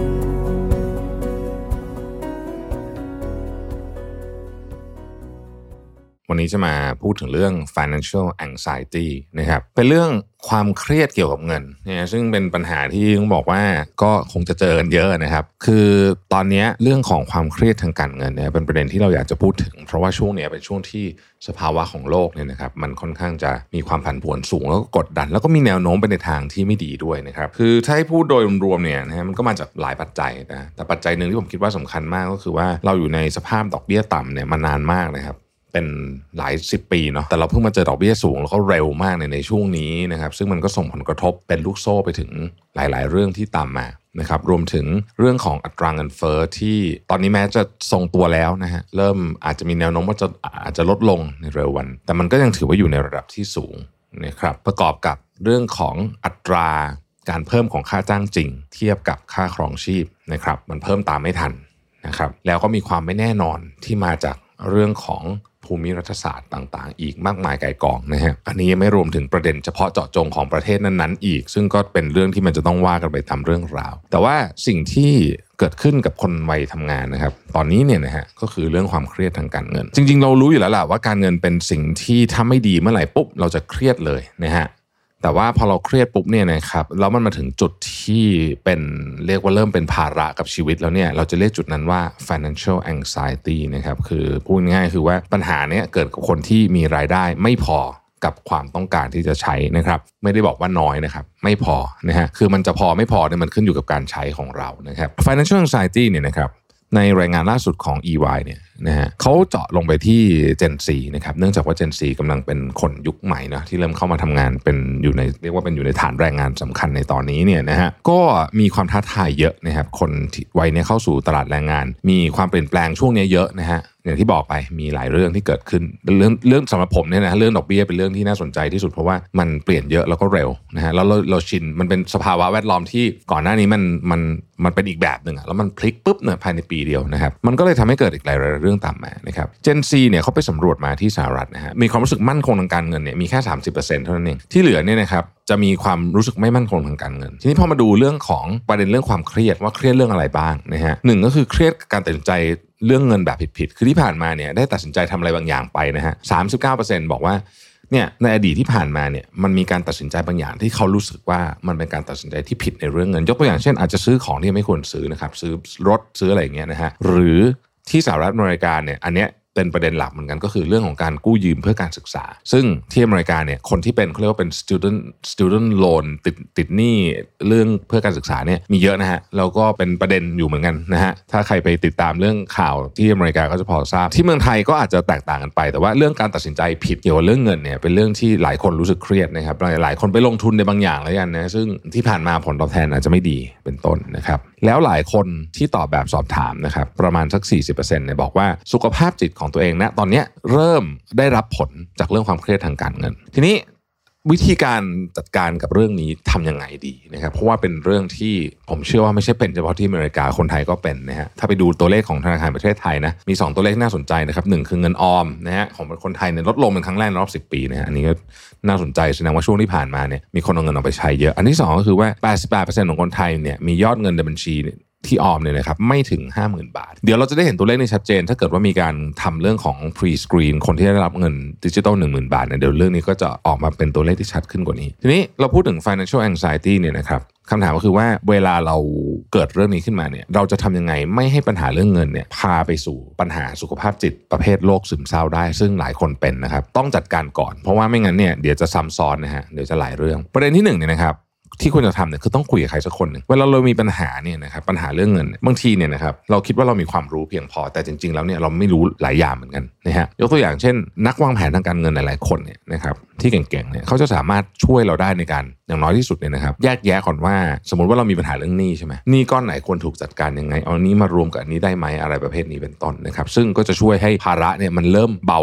วันนี้จะมาพูดถึงเรื่อง financial anxiety นะครับเป็นเรื่องความเครียดเกี่ยวกับเงินนะซึ่งเป็นปัญหาที่ต้องบอกว่าก็คงจะเจอกันเยอะนะครับคือตอนนี้เรื่องของความเครียดทางการเงินเนี่ยเป็นประเด็นที่เราอยากจะพูดถึงเพราะว่าช่วงนี้เป็นช่วงที่สภาวะของโลกเนี่ยนะครับมันค่อนข้างจะมีความผันผวนสูงแล้วก็กดดันแล้วก็มีแนวโน้มไปในทางที่ไม่ดีด้วยนะครับคือถ้าให้พูดโดยรวมๆเนี่ยนะฮะมันก็มาจากหลายปัจจัยนะแต่ปัจจัยนึงที่ผมคิดว่าสำคัญมากก็คือว่าเราอยู่ในสภาพดอกเบี้ยต่ำเนี่ยมานานมากนะครับเป็นหลายสิบปีเนาะแต่เราเพิ่งมาเจอดอกเบี้ยสูงแล้วก็เร็วมากในในช่วงนี้นะครับซึ่งมันก็ส่งผลกระทบเป็นลูกโซ่ไปถึงหลายๆเรื่องที่ตามมานะครับรวมถึงเรื่องของอัตราเงินเฟ้อที่ตอนนี้แม้จะทรงตัวแล้วนะฮะเริ่มอาจจะมีแนวโน้มว่าจะอาจจะลดลงในเร็ววันแต่มันก็ยังถือว่าอยู่ในระดับที่สูงนะครับประกอบกับเรื่องของอัตราการเพิ่มของค่าจ้างจริงเทียบกับค่าครองชีพนะครับมันเพิ่มตามไม่ทันนะครับแล้วก็มีความไม่แน่นอนที่มาจากเรื่องของภูมิรัฐศาสตร์ต่างๆอีกมากมายไก่กองนะฮะอันนี้ยังไม่รวมถึงประเด็นเฉพาะเจาะจงของประเทศนั้นๆอีกซึ่งก็เป็นเรื่องที่มันจะต้องว่ากันไปตามเรื่องราวแต่ว่าสิ่งที่เกิดขึ้นกับคนวัยทำงานนะครับตอนนี้เนี่ยนะฮะก็คือเรื่องความเครียดทางการเงินจริงๆเรารู้อยู่แล้วแหละว่าการเงินเป็นสิ่งที่ถ้าไม่ดีเมื่อไหร่ปุ๊บเราจะเครียดเลยนะฮะแต่ว่าพอเราเครียดปุ๊บเนี่ยนะครับแล้วมันมาถึงจุดที่เป็นเรียกว่าเริ่มเป็นภาระกับชีวิตแล้วเนี่ยเราจะเรียกจุดนั้นว่า financial anxiety นะครับคือพูดง่ายๆคือว่าปัญหาเนี้ยเกิดกับคนที่มีรายได้ไม่พอกับความต้องการที่จะใช้นะครับไม่ได้บอกว่าน้อยนะครับไม่พอนะฮะคือมันจะพอไม่พอเนี่ยมันขึ้นอยู่กับการใช้ของเรานะครับ financial anxiety เนี่ยนะครับในรายงานล่าสุดของ อี วาย เนี่ยนะฮะเขาเจาะลงไปที่ Gen Z นะครับเนื่องจากว่า Gen Z กำลังเป็นคนยุคใหม่นะที่เริ่มเข้ามาทำงานเป็นอยู่ในเรียกว่าเป็นอยู่ในฐานแรงงานสำคัญในตอนนี้เนี่ยนะฮะก็มีความท้าทายเยอะนะครับคนที่วัยนี้เข้าสู่ตลาดแรงงานมีความเปลี่ยนแปลงช่วงนี้เยอะนะฮะอย่างที่บอกไปมีหลายเรื่องที่เกิดขึ้นเรื่องเรื่องสำหรับผมเนี่ยนะเรื่องดอกเบี้ยเป็นเรื่องที่น่าสนใจที่สุดเพราะว่ามันเปลี่ยนเยอะแล้วก็เร็วนะฮะแล้วเราเราชินมันเป็นสภาวะแวดล้อมที่ก่อนหน้านี้มันมันมันเป็นอีกแบบหนึ่งอะแล้วมันพลิกปุ๊บเนี่ยภายในปีเดียวนะครับมันก็เลยทำให้เกิดอีกหลายเรื่องตามมานะครับ Gen Z เนี่ยเขาไปสำรวจมาที่สหรัฐนะฮะมีความรู้สึกมั่นคงทางการเงินเนี่ยมีแค่ สามสิบเปอร์เซ็นต์ เท่านั้นเองที่เหลือเนี่ยนะครับจะมีความรู้สึกไม่มั่นคงทางการเงินทีนี้พอมาดูเรื่องของประเด็นเรื่องความเครียดว่าเครียดเรื่องอะไรบ้างนะฮะหนึ่งก็คือเครียดการตัดสินใจเรื่องเงินแบบผิดๆคือที่ผ่านมาเนี่ยได้ตัดสินใจทำอะไรบางอย่างไปนะฮะ สามสิบเก้าเปอร์เซ็นต์ บอกว่าเนี่ยในอดีตที่ผ่านมาเนี่ยมันมีการตัดสินใจบางอย่างที่เขารู้สึกว่ามันเป็นการตัดสินใจที่ผิดในเรื่องเงินยกตัวอย่างเช่นอาจจะซื้อของที่ไม่ควรซื้อนะครับซื้อรถซื้ออะไรอย่างเงี้ยนะฮะหรือที่สหรัฐอเมริกาเนี่ยอันเนี้ยเป็นประเด็นหลักเหมือนกันก็คือเรื่องของการกู้ยืมเพื่อการศึกษาซึ่งที่อเมริกาเนี่ยคนที่เป็นเขาเรียกว่าเป็น student student loan ติดติดหนี้เรื่องเพื่อการศึกษาเนี่ยมีเยอะนะฮะแล้วก็เป็นประเด็นอยู่เหมือนกันนะฮะถ้าใครไปติดตามเรื่องข่าวที่อเมริกาก็จะพอทราบที่เมืองไทยก็อาจจะแตกต่างกันไปแต่ว่าเรื่องการตัดสินใจผิดเกี่ยวกับเรื่องเงินเนี่ยเป็นเรื่องที่หลายคนรู้สึกเครียดนะครับหลายหลายคนไปลงทุนในบางอย่างแล้วกันนะซึ่งที่ผ่านมาผลตอบแทนอาจจะไม่ดีเป็นต้นนะครับแล้วหลายคนที่ตอบแบบสอบถามนะครับประมาณสัก สี่สิบเปอร์เซ็นต์ เนี่ยบอกว่าสุขภาพจิตของตัวเองนะตอนนี้เริ่มได้รับผลจากเรื่องความเครียดทางการเงินทีนี้วิธีการจัดการกับเรื่องนี้ทำยังไงดีนะครับเพราะว่าเป็นเรื่องที่ผมเชื่อว่าไม่ใช่เป็นเฉพาะที่อเมริกาคนไทยก็เป็นนะฮะถ้าไปดูตัวเลขของธนาคารประเทศไทยนะมีสองตัวเลขน่าสนใจนะครับหนึ่งคือเงินออมนะฮะของคนไทยเนี่ยลดลงเป็นครั้งแรกในรอบสิบปีนะฮะอันนี้ก็น่าสนใจแสดงว่าช่วงที่ผ่านมาเนี่ยมีคนเอาเงินออกไปใช้เยอะอันที่สองก็คือว่า แปดสิบแปดเปอร์เซ็นต์ ของคนไทยเนี่ยมียอดเงินในบัญชีที่ออมเนี่ยนะครับไม่ถึง ห้าหมื่น บาทเดี๋ยวเราจะได้เห็นตัวเลขนี้ชัดเจนถ้าเกิดว่ามีการทำเรื่องของ pre-screen คนที่ได้รับเงินดิจิทัล หนึ่งหมื่น บาทเนี่ยเดี๋ยวเรื่องนี้ก็จะออกมาเป็นตัวเลขที่ชัดขึ้นกว่านี้ทีนี้เราพูดถึง financial anxiety เนี่ยนะครับคำถามก็คือว่าเวลาเราเกิดเรื่องนี้ขึ้นมาเนี่ยเราจะทำยังไงไม่ให้ปัญหาเรื่องเงินเนี่ยพาไปสู่ปัญหาสุขภาพจิตประเภทโรคซึมเศร้าได้ซึ่งหลายคนเป็นนะครับต้องจัดการก่อนเพราะว่าไม่งั้นเนี่ยเดี๋ยวจะซ้ำซ้อนนะฮะเดี๋ยวจะหลายเรื่องประเด็นที่หนึ่งเนี่ยนะครับที่ควรจะทำเนี่ยคือต้องคุยกับใครสักคนหนึ่งเวลาเรามีปัญหาเนี่ยนะครับปัญหาเรื่องเงินบางทีเนี่ยนะครับเราคิดว่าเรามีความรู้เพียงพอแต่จริงๆแล้วเนี่ยเราไม่รู้หลายอย่างเหมือนกันนะฮะยกตัวอย่างเช่นนักวางแผนทางการเงินหลายๆคนเนี่ยนะครับที่เก่งๆเนี่ยเขาจะสามารถช่วยเราได้ในการอย่างน้อยที่สุดเนี่ยนะครับแยกแยะก่อนว่าสมมติว่าเรามีปัญหาเรื่องหนี้ใช่ไหมหนี้ก้อนไหนควรถูกจัดการยังไงเอานี้มารวมกับอันนี้ได้ไหมอะไรประเภทนี้เป็นต้นนะครับซึ่งก็จะช่วยให้ภาระเนี่ยมันเริ่มเบาลง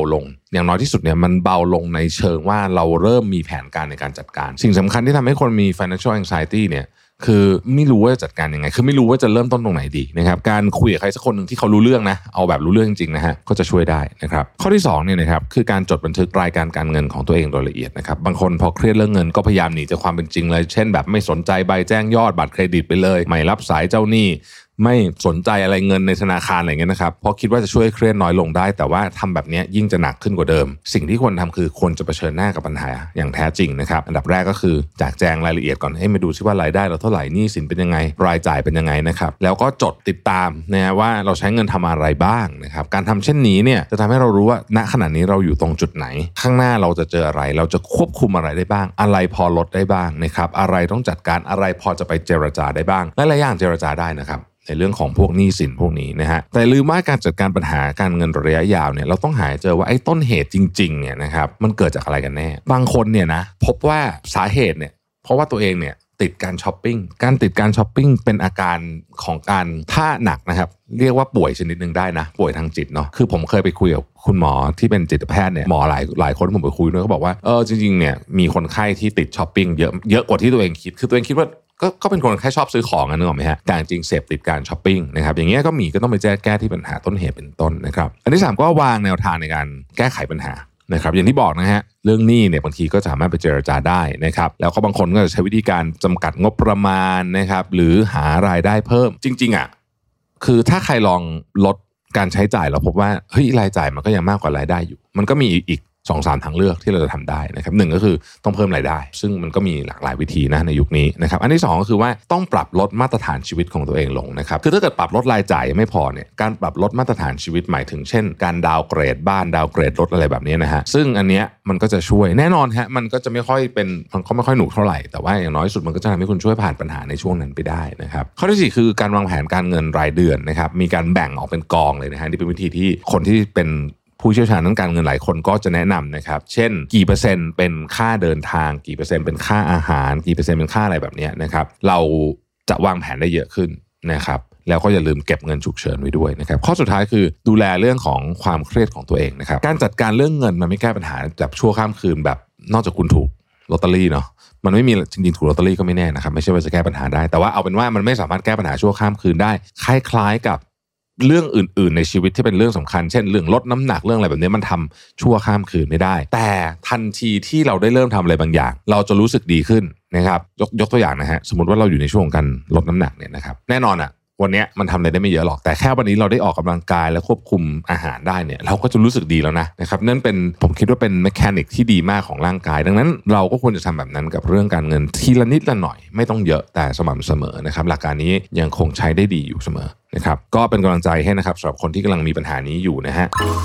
อย่างน้อยที่สุดเนี่ยมันเบาลงในเชิงว่าเราเริ่มมีแผนการในการจัดการสิ่งสำคัญที่ทำให้คนมี financial anxiety เนี่ยคือไม่รู้ว่าจะจัดการยังไงคือไม่รู้ว่าจะเริ่มต้นตรงไหนดีนะครับการคุยกับใครสักคนหนึ่งที่เขารู้เรื่องนะเอาแบบรู้เรื่องจริงๆนะฮะก็จะช่วยได้นะครับข้อที่สองเนี่ยนะครับคือการจดบันทึกรายการการเงินของตัวเองโดยละเอียดนะครับบางคนพอเครียดเรื่องเงินก็พยายามหนีจากความเป็นจริงเลยเช่นแบบไม่สนใจใบแจ้งยอดบัตรเครดิตไปเลยไม่รับสายเจ้าหนี้ไม่สนใจอะไรเงินในธนาคารอะไรเงี้ยนะครับเพราะคิดว่าจะช่วยเครียดน้อยลงได้แต่ว่าทำแบบนี้ยิ่งจะหนักขึ้นกว่าเดิมสิ่งที่ควรทำคือควรจะเผชิญหน้ากับปัญหาอย่างแท้จริงนะครับอันดับแรกก็คือแจกแจงรายละเอียดก่อนให้มาดูซิว่ารายได้เราเท่าไหร่หนี้สินเป็นยังไงรายจ่ายเป็นยังไงนะครับแล้วก็จดติดตามนะฮะว่าเราใช้เงินทำอะไรบ้างนะครับการทำเช่นนี้เนี่ยจะทำให้เรารู้ว่าณขณะนี้เราอยู่ตรงจุดไหนข้างหน้าเราจะเจออะไรเราจะควบคุมอะไรได้บ้างอะไรพอลดได้บ้างนะครับอะไรต้องจัดการอะไรพอจะไปเจรจาได้บ้างหลายๆอย่างเจรจาได้นะครับในเรื่องของพวกหนี้สินพวกนี้นะฮะแต่ลืมว่าการจัดการปัญหาการเงินระยะยาวเนี่ยเราต้องหาเจอว่าไอ้ต้นเหตุจริงๆเนี่ยนะครับมันเกิดจากอะไรกันแน่บางคนเนี่ยนะพบว่าสาเหตุเนี่ยเพราะว่าตัวเองเนี่ยติดการช้อปปิ้งการติดการช้อปปิ้งเป็นอาการของการถ้าหนักนะครับเรียกว่าป่วยชนิดนึงได้นะป่วยทางจิตเนาะคือผมเคยไปคุยกับคุณหมอที่เป็นจิตแพทย์เนี่ยหมอหลายหลายคนผมไปคุยด้วยเขาบอกว่าเออจริงๆเนี่ยมีคนไข้ที่ติดช้อปปิ้งเยอะเยอะกว่าที่ตัวเองคิดคือตัวเองคิดว่าก็ก็เป็นคนแค่ชอบซื้อของนึกออกไหมฮะแต่จริงเสพติดการช้อปปิ้งนะครับอย่างเงี้ยก็มีก็ต้องไปแก้แก้ที่ปัญหาต้นเหตุเป็นต้นนะครับอันที่สามก็วางแนวทางในการแก้ไขปัญหานะครับอย่างที่บอกนะฮะเรื่องหนี้เนี่ยบางทีก็สามารถไปเจรจาได้นะครับแล้วก็บางคนก็จะใช้วิธีการจำกัดงบประมาณนะครับหรือหารายได้เพิ่มจริงๆอ่ะคือถ้าใครลองลดการใช้จ่ายเราพบว่าเฮ้ยรายจ่ายมันก็ยังมากกว่ารายได้อยู่มันก็มีอีกสองสามทางเลือกที่เราจะทำได้นะครับหนึ่งก็คือต้องเพิ่มรายได้ซึ่งมันก็มีหลากหลายวิธีนะในยุคนี้นะครับอันที่สองก็คือว่าต้องปรับลดมาตรฐานชีวิตของตัวเองลงนะครับคือถ้าเกิดปรับลดรายจ่ายไม่พอเนี่ยการปรับลดมาตรฐานชีวิตหมายถึงเช่นการดาวเกรดบ้านดาวเกรดรถอะไรแบบนี้นะฮะซึ่งอันเนี้ยมันก็จะช่วยแน่นอนฮะมันก็จะไม่ค่อยเป็นมันก็ไม่ค่อยหนุกเท่าไหร่แต่ว่าอย่างน้อยสุดมันก็จะทำให้คุณช่วยผ่านปัญหาในช่วงนั้นไปได้นะครับข้อที่สี่คือการวางแผนการเงินรายเดือนนะครับมีการแบ่งออกเป็นกองเลยนะฮะนี่เป็นวิธีที่คนที่เป็นผู้เชี่ยวชาญด้านการเงินหลายคนก็จะแนะนำนะครับเช่นกี่เปอร์เซ็นต์เป็นค่าเดินทางกี่เปอร์เซ็นต์เป็นค่าอาหารกี่เปอร์เซ็นต์เป็นค่าอะไรแบบนี้นะครับเราจะวางแผนได้เยอะขึ้นนะครับแล้วก็อย่าลืมเก็บเงินฉุกเฉินไว้ด้วยนะครับข้อสุดท้ายคือดูแลเรื่องของความเครียดของตัวเองนะครับการจัดการเรื่องเงินมันไม่แก้ปัญหาแบบชั่วข้ามคืนแบบนอกจากคุณถูกลอตเตอรี่เนาะมันไม่มีจริงๆถูกลอตเตอรี่ก็ไม่แน่นะครับไม่ใช่ว่าจะแก้ปัญหาได้แต่ว่าเอาเป็นว่ามันไม่สามารถแก้ปัญหาชั่วข้ามคืนได้คล้ายๆกับเรื่องอื่นๆในชีวิตที่เป็นเรื่องสำคัญเช่นเรื่องลดน้ำหนักเรื่องอะไรแบบนี้มันทำชั่วข้ามคืนไม่ได้แต่ทันทีที่เราได้เริ่มทำอะไรบางอย่างเราจะรู้สึกดีขึ้นนะครับยกยกตัวอย่างนะฮะสมมติว่าเราอยู่ในช่วงของการลดน้ำหนักเนี่ยนะครับแน่นอนอ่ะวันนี้มันทำอะไรได้ไม่เยอะหรอกแต่แค่วันนี้เราได้ออกกำลังกายและควบคุมอาหารได้เนี่ยเราก็จะรู้สึกดีแล้วนะนะครับนั่นเป็นผมคิดว่าเป็นเมคานิกที่ดีมากของร่างกายดังนั้นเราก็ควรจะทำแบบนั้นกับเรื่องการเงินทีละนิดละหน่อยไม่ต้องเยอะแต่สม่ำเสมอนะครับหลักการนี้ยังคงใช้ได้ดีอยู่เสมอนะครับก็เป็นกำลังใจให้นะครับสำหรับคนที่กำลังมีปัญหานี้อยู่นะฮะ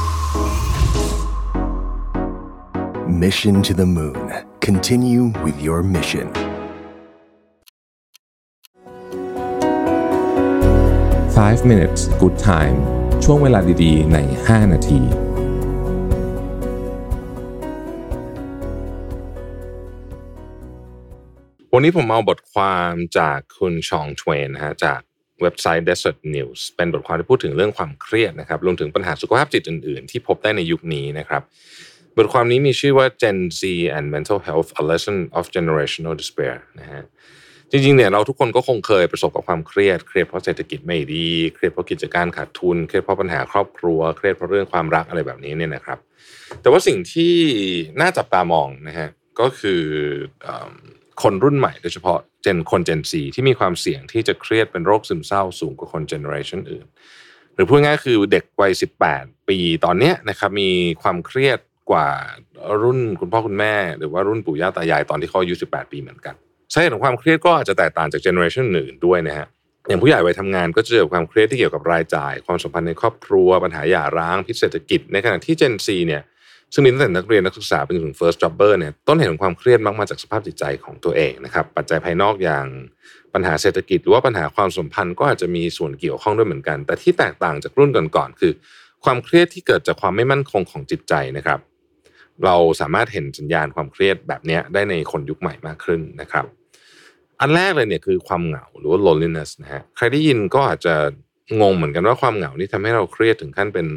Mission to the Moon. Continue with your mission. five minutes good time ช่วงเวลาดีๆในห้านาทีวันนี้ผมเอาบทความจากคุณชองทเวนนะฮะจากเว็บไซต์ Desert News เป็นบทความที่พูดถึงเรื่องความเครียดนะครับรวมถึงปัญหาสุขภาพจิตอื่นๆที่พบได้ในยุคนี้นะครับบทความนี้มีชื่อว่า Gen Z and Mental Health: A Lesson of Generational Despair นะฮะจริงๆเนี่ยเราทุกคนก็คงเคยประสบกับความเครียดเครียดเพราะเศรษฐกิจไม่ดีเครียดเพราะกิจการขาดทุนเครียดเพราะปัญหาครอบครัวเครียดเพราะเรื่องความรักอะไรแบบนี้เนี่ยนะครับแต่ว่าสิ่งที่น่าจับตามองนะฮะก็คือคนรุ่นใหม่โดยเฉพาะเจนคน Gen Z ที่มีความเสี่ยงที่จะเครียดเป็นโรคซึมเศร้าสูงกว่าคนเจเนอเรชันอื่นหรือพูดง่ายๆคือเด็กวัยสิบแปดปีตอนเนี้ยนะครับมีความเครียดกว่ารุ่นคุณพ่อคุณแม่หรือว่ารุ่นปู่ย่าตายายตอนที่เขาอายุสิบแปดปีเหมือนกันสาเหตุของความเครียดก็อาจจะแตกต่างจากเจเนอเรชันอื่นด้วยนะฮะอย่างผู้ใหญ่วัยทำงานก็จะเจอความเครียดที่เกี่ยวกับรายจ่ายความสัมพันธ์ในครอบครัวปัญหาหย่าร้างพิษเศรษฐกิจในขณะที่ Gen Z เนี่ยซึ่งมีตั้งแต่นักเรียนนักศึกษาเป็นถึง first jobber เนี่ยต้นเหตุของความเครียดมักมาจากสภาพจิตใจของตัวเองนะครับปัจจัยภายนอกอย่างปัญหาเศรษฐกิจหรือว่าปัญหาความสัมพันธ์ก็อาจจะมีส่วนเกี่ยวข้องด้วยเหมือนกันแต่ที่แตกต่างจากรุ่นก่อนๆคือความเครียดที่เกิดจากความไม่มั่นคงของจิตใจนะครับเราสามารถเห็นสัญญาณความเครียดแบบนี้ได้ในคนยุคใหม่มากขึ้นนะครับอันแรกเลยเนี่ยคือความเหงาหรือว่า loneliness นะฮะใครได้ยินก็อาจจะงงเหมือนกันว่าความเหงานี่ทำให้เราเครียดถึงขั้นเป็น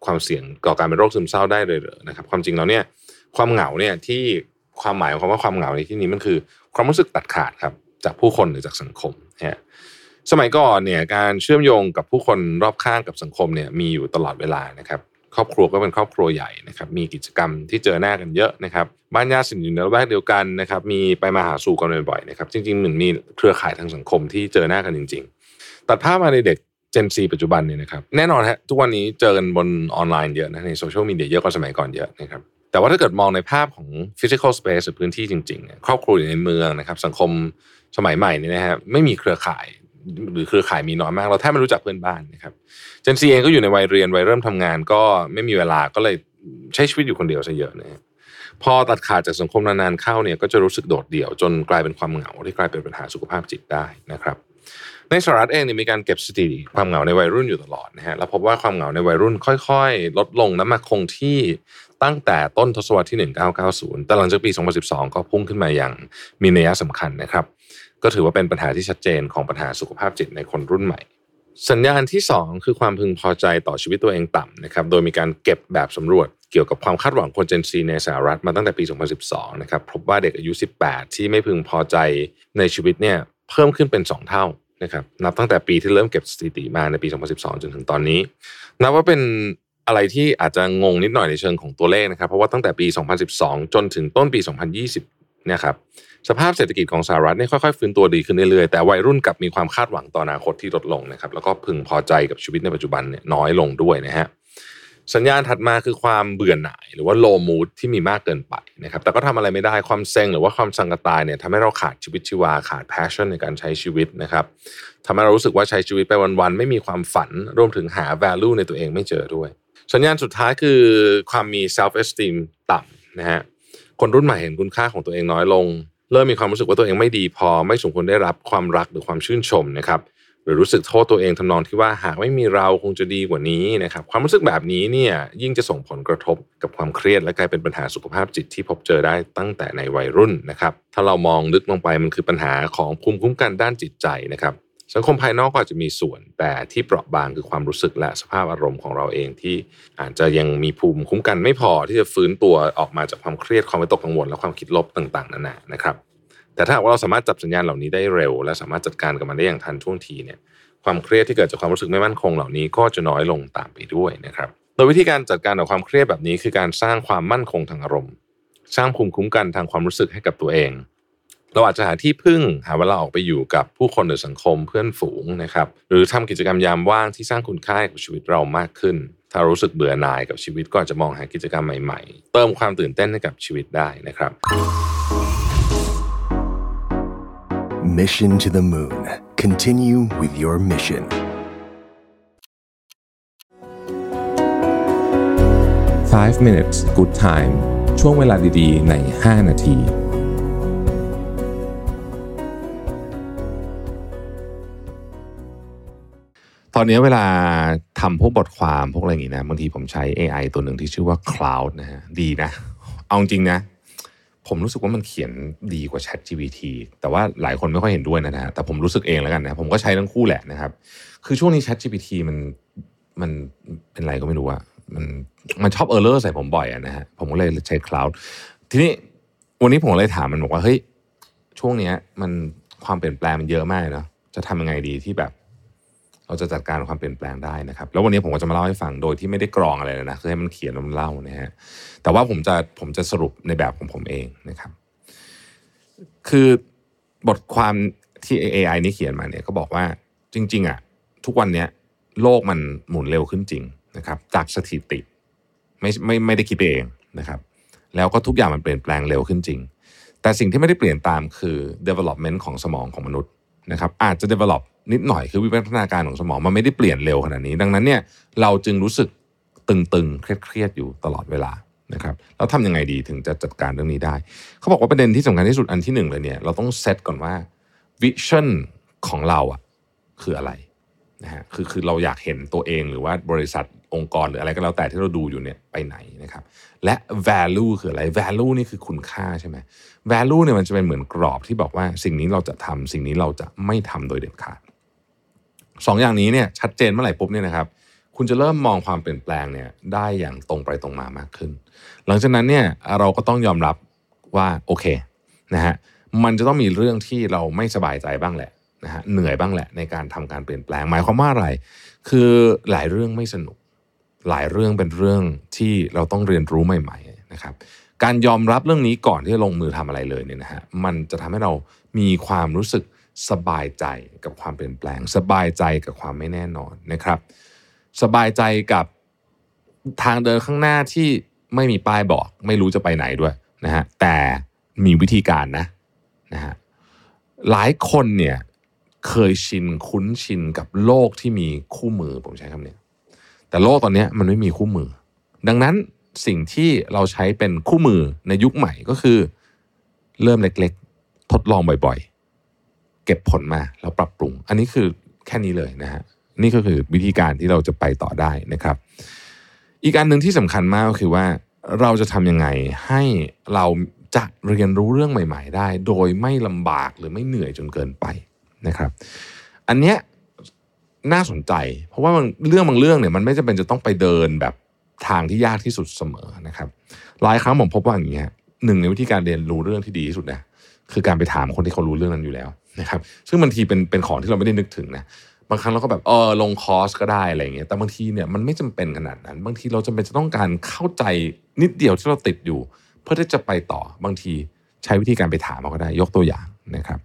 ความเสี่ยงก่อการเป็นโรคซึมเศร้าได้เลยเหรอนะครับความจริงแล้วเนี่ยความเหงาเนี่ยที่ความหมายของคำว่าความเหงาในที่นี้มันคือความรู้สึกตัดขาดครับจากผู้คนหรือจากสังคมฮะสมัยก่อนเนี่ยการเชื่อมโยงกับผู้คนรอบข้างกับสังคมเนี่ยมีอยู่ตลอดเวลานะครับครอบครัวก็เป็นครอบครัวใหญ่นะครับมีกิจกรรมที่เจอหน้ากันเยอะนะครับบ้านญาติอยู่ในละแวกเดียวกันนะครับมีไปมาหาสู่กันบ่อยๆนะครับจริงๆเหมือนมีเครือข่ายทางสังคมที่เจอหน้ากันจริงๆตัดภาพมาในเด็ก Gen Z ปัจจุบันเนี่ยนะครับแน่นอนฮะทุกวันนี้เจอกันบนออนไลน์เยอะนะในโซเชียลมีเดียเยอะกว่าสมัยก่อนเยอะนะครับแต่ว่าถ้าเกิดมองในภาพของ physical space หรือพื้นที่จริงๆครอบครัวอยู่ในเมืองนะครับสังคมสมัยใหม่นี่นะฮะไม่มีเครือข่ายหรือเครือข่ายมีน้อยมากเราแทบไม่รู้จักเพื่อนบ้านนะครับ Gen Z เองก็อยู่ในวัยเรียนวัยเริ่มทำงานก็ไม่มีเวลาก็เลยใช้ชีวิตอยู่คนเดียวซะเยอะนะพอตัดขาดจากสังคมนานๆเข้าเนี่ยก็จะรู้สึกโดดเดี่ยวจนกลายเป็นความเหงาที่กลายเป็นปัญหาสุขภาพจิตได้นะครับในสหรัฐเองเนี่ยมีการเก็บสถิติความเหงาในวัยรุ่นอยู่ตลอดนะฮะแล้วพบว่าความเหงาในวัยรุ่นค่อยๆลดลงและมาคงที่ตั้งแต่ต้นทศวรรษที่หนึ่งพันเก้าร้อยเก้าสิบแต่หลังจากปีสองพันสิบสองก็พุ่งขึ้นมาอย่างมีนัยสำคัญนะครับก็ถือว่าเป็นปัญหาที่ชัดเจนของปัญหาสุขภาพจิตในคนรุ่นใหม่สัญญาณที่สองคือความพึงพอใจต่อชีวิตตัวเองต่ำนะครับโดยมีการเก็บแบบสำรวจเกี่ยวกับความคาดหวังคน Gen Z ในสหรัฐมาตั้งแต่ปีสองพันสิบสองนะครับพบว่าเด็กอายุสิบแปดที่ไม่พึงพอใจในชีวิตเนี่ยเพิ่มขึ้นเป็นสองเท่านะครับนับตั้งแต่ปีที่เริ่มเก็บสถิติมาในปีสองพันสิบสองจนถึงตอนนี้นับว่าเป็นอะไรที่อาจจะงงนิดหน่อยในเชิงของตัวเลขนะครับเพราะว่าตั้งแต่ปีสองพันสิบสองจนถึงต้นปีสองพันยี่สิบนะครับสภาพเศรษฐกิจของสหรัฐเนี่ยค่อยๆฟื้นตัวดีขึ้นเรื่อยๆแต่วัยรุ่นกับมีความคาดหวังต่ออนาคตที่ลดลงนะครับแล้วก็พึงพอใจกับชีวิตในปัจจุบันเนี่ยน้อยลงด้วยนะฮะสัญญาณถัดมาคือความเบื่อหน่ายหรือว่า low mood ที่มีมากเกินไปนะครับแต่ก็ทำอะไรไม่ได้ความเซ็งหรือว่าความสังกตายเนี่ยทำให้เราขาดชีวิตชีวาขาด passion ในการใช้ชีวิตนะครับทำให้เรารู้สึกว่าใช้ชีวิตไปวันๆไม่มีความฝันรวมถึงหา value ในตัวเองไม่เจอด้วยสัญญาณสุดท้ายคือความมี self esteem ต่ำนะฮะคนรุ่นใหม่เห็นคุณค่าของตัวเองน้อยลงเริ่มมีความรู้สึกว่าตัวเองไม่ดีพอไม่สมควรได้รับความรักหรือความชื่นชมนะครับหรือรู้สึกโทษตัวเองทำนองที่ว่าหากไม่มีเราคงจะดีกว่านี้นะครับความรู้สึกแบบนี้เนี่ยยิ่งจะส่งผลกระทบกับความเครียดและกลายเป็นปัญหาสุขภาพจิตที่พบเจอได้ตั้งแต่ในวัยรุ่นนะครับถ้าเรามองลึกลงไปมันคือปัญหาของภูมิคุ้มกันด้านจิตใจนะครับสังคมภายนอกก็อาจจะมีส่วนแต่ที่เปราะบางคือความรู้สึกและสภาพอารมณ์ของเราเองที่อาจจะยังมีภูมิคุ้มกันไม่พอที่จะฟื้นตัวออกมาจากความเครียดความวิตกกังวลและความคิดลบต่างๆนานานะครับแต่ถ้าว่าเราสามารถจับสัญญาณเหล่านี้ได้เร็วและสามารถจัดการกับมันได้อย่างทันท่วงทีเนี่ยความเครียดที่เกิดจากความรู้สึกไม่มั่นคงเหล่านี้ก็จะน้อยลงตามไปด้วยนะครับโดยวิธีการจัดการกับความเครียดแบบนี้คือการสร้างความมั่นคงทางอารมณ์สร้างภูมิคุ้มกันทางความรู้สึกให้กับตัวเองเราอาจจะหาที่พึ่งหาเวลาออกไปอยู่กับผู้คนหรือสังคมเพื่อนฝูงนะครับหรือทำกิจกรรมยามว่างที่สร้างคุณค่ากับชีวิตเรามากขึ้นถ้ารู้สึกเบื่อหน่ายกับชีวิตก็อาจจะมองหากิจกรรมใหม่ๆเติมความตื่นเต้นให้กับชีวิตได้นะครับ Mission to the Moon. Continue with your mission. five minutes good time ช่วงเวลาดีๆในห้านาทีตอนนี้เวลาทำพวกบทความพวกอะไรอย่างนี้นะบางทีผมใช้ เอ ไอ ตัวหนึ่งที่ชื่อว่า Cloud นะฮะดีนะเอาจริงนะผมรู้สึกว่ามันเขียนดีกว่า ChatGPT แต่ว่าหลายคนไม่ค่อยเห็นด้วยนะฮะแต่ผมรู้สึกเองแล้วกันนะผมก็ใช้ทั้งคู่แหละนะครับคือช่วงนี้ ChatGPT มันมันเป็นอะไรก็ไม่รู้อะมันมันชอบ error ใส่ผมบ่อยอะนะฮะผมก็เลยใช้ Cloud ทีนี้วันนี้ผมเลยถามมันบอกว่าเฮ้ยช่วงนี้มันความเปลี่ยนแปลงมันเยอะมากเนาะจะทำยังไงดีที่แบบเราจะจัดการความเปลี่ยนแปลงได้นะครับแล้ววันนี้ผมก็จะมาเล่าให้ฟังโดยที่ไม่ได้กรองอะไรเลยนะคือให้มันเขียนแล้วมันเล่านะฮะแต่ว่าผมจะผมจะสรุปในแบบของผมเองนะครับคือบทความที่ เอ ไอ นี่เขียนมาเนี่ยก็บอกว่าจริงๆอ่ะทุกวันนี้โลกมันหมุนเร็วขึ้นจริงนะครับจากสถิติไม่ไม่ไม่ได้คิดเองนะครับแล้วก็ทุกอย่างมันเปลี่ยนแปลงเร็วขึ้นจริงแต่สิ่งที่ไม่ได้เปลี่ยนตามคือ development ของสมองของมนุษย์นะครับอาจจะ develop นิดหน่อยคือวิวัฒนาการของสมองมันไม่ได้เปลี่ยนเร็วขนาดนี้ดังนั้นเนี่ยเราจึงรู้สึกตึงๆเครียดๆอยู่ตลอดเวลานะครับแล้วทำยังไงดีถึงจะจัดการเรื่องนี้ได้เขาบอกว่าประเด็นที่สำคัญที่สุดอันที่หนึ่งเลยเนี่ยเราต้องเซตก่อนว่าวิชั่นของเราอ่ะคืออะไรนะฮะคือคือเราอยากเห็นตัวเองหรือว่าบริษัทองค์กรหรืออะไรก็แล้วแต่ที่เราดูอยู่เนี่ยไปไหนนะครับและ value คืออะไร value นี่คือคุณค่าใช่ไหม value เนี่ยมันจะเป็นเหมือนกรอบที่บอกว่าสิ่งนี้เราจะทำสิ่งนี้เราจะไม่ทำโดยเด็ดขาดสองอย่างนี้เนี่ยชัดเจนเมื่อไหร่ปุ๊บเนี่ยนะครับคุณจะเริ่มมองความเปลี่ยนแปลงเนี่ยได้อย่างตรงไปตรงมามากขึ้นหลังจากนั้นเนี่ยเราก็ต้องยอมรับว่าโอเคนะฮะมันจะต้องมีเรื่องที่เราไม่สบายใจบ้างแหละนะฮะเหนื่อยบ้างแหละในการทำการเปลี่ยนแปลงหมายความว่าอะไรคือหลายเรื่องไม่สนุกหลายเรื่องเป็นเรื่องที่เราต้องเรียนรู้ใหม่ๆนะครับการยอมรับเรื่องนี้ก่อนที่จะลงมือทำอะไรเลยเนี่ยนะฮะมันจะทำให้เรามีความรู้สึกสบายใจกับความเปลี่ยนแปลงสบายใจกับความไม่แน่นอนนะครับสบายใจกับทางเดินข้างหน้าที่ไม่มีป้ายบอกไม่รู้จะไปไหนด้วยนะฮะแต่มีวิธีการนะนะฮะหลายคนเนี่ยเคยชินคุ้นชินกับโลกที่มีคู่มือผมใช้คำนี้แต่โลกตอนนี้มันไม่มีคู่มือดังนั้นสิ่งที่เราใช้เป็นคู่มือในยุคใหม่ก็คือเริ่มเล็กๆทดลองบ่อยๆเก็บผลมาแล้วปรับปรุงอันนี้คือแค่นี้เลยนะฮะนี่ก็คือวิธีการที่เราจะไปต่อได้นะครับอีกอันหนึ่งที่สำคัญมากก็คือว่าเราจะทำยังไงให้เราจะเรียนรู้เรื่องใหม่ๆได้โดยไม่ลำบากหรือไม่เหนื่อยจนเกินไปนะครับอันเนี้ยน่าสนใจเพราะว่าเรื่องบางเรื่องเนี่ยมันไม่จำเป็นจะต้องไปเดินแบบทางที่ยากที่สุดเสมอนะครับหลายครั้งผมพบว่าอย่างนี้ฮะหนึ่งในวิธีการเรียนรู้เรื่องที่ดีที่สุดนะคือการไปถามคนที่เขารู้เรื่องนั้นอยู่แล้วนะครับซึ่งบางทีเป็นเป็นของที่เราไม่ได้นึกถึงนะบางครั้งเราก็แบบเออลงคอร์สก็ได้อะไรอย่างเงี้ยแต่บางทีเนี่ยมันไม่จำเป็นขนาดนั้นบางทีเราจำเป็นจะต้องการเข้าใจนิดเดียวที่เราติดอยู่เพื่อที่จะไปต่อบางทีใช้วิธีการไปถามเขาก็ได้ยกตัวอย่างนะครับ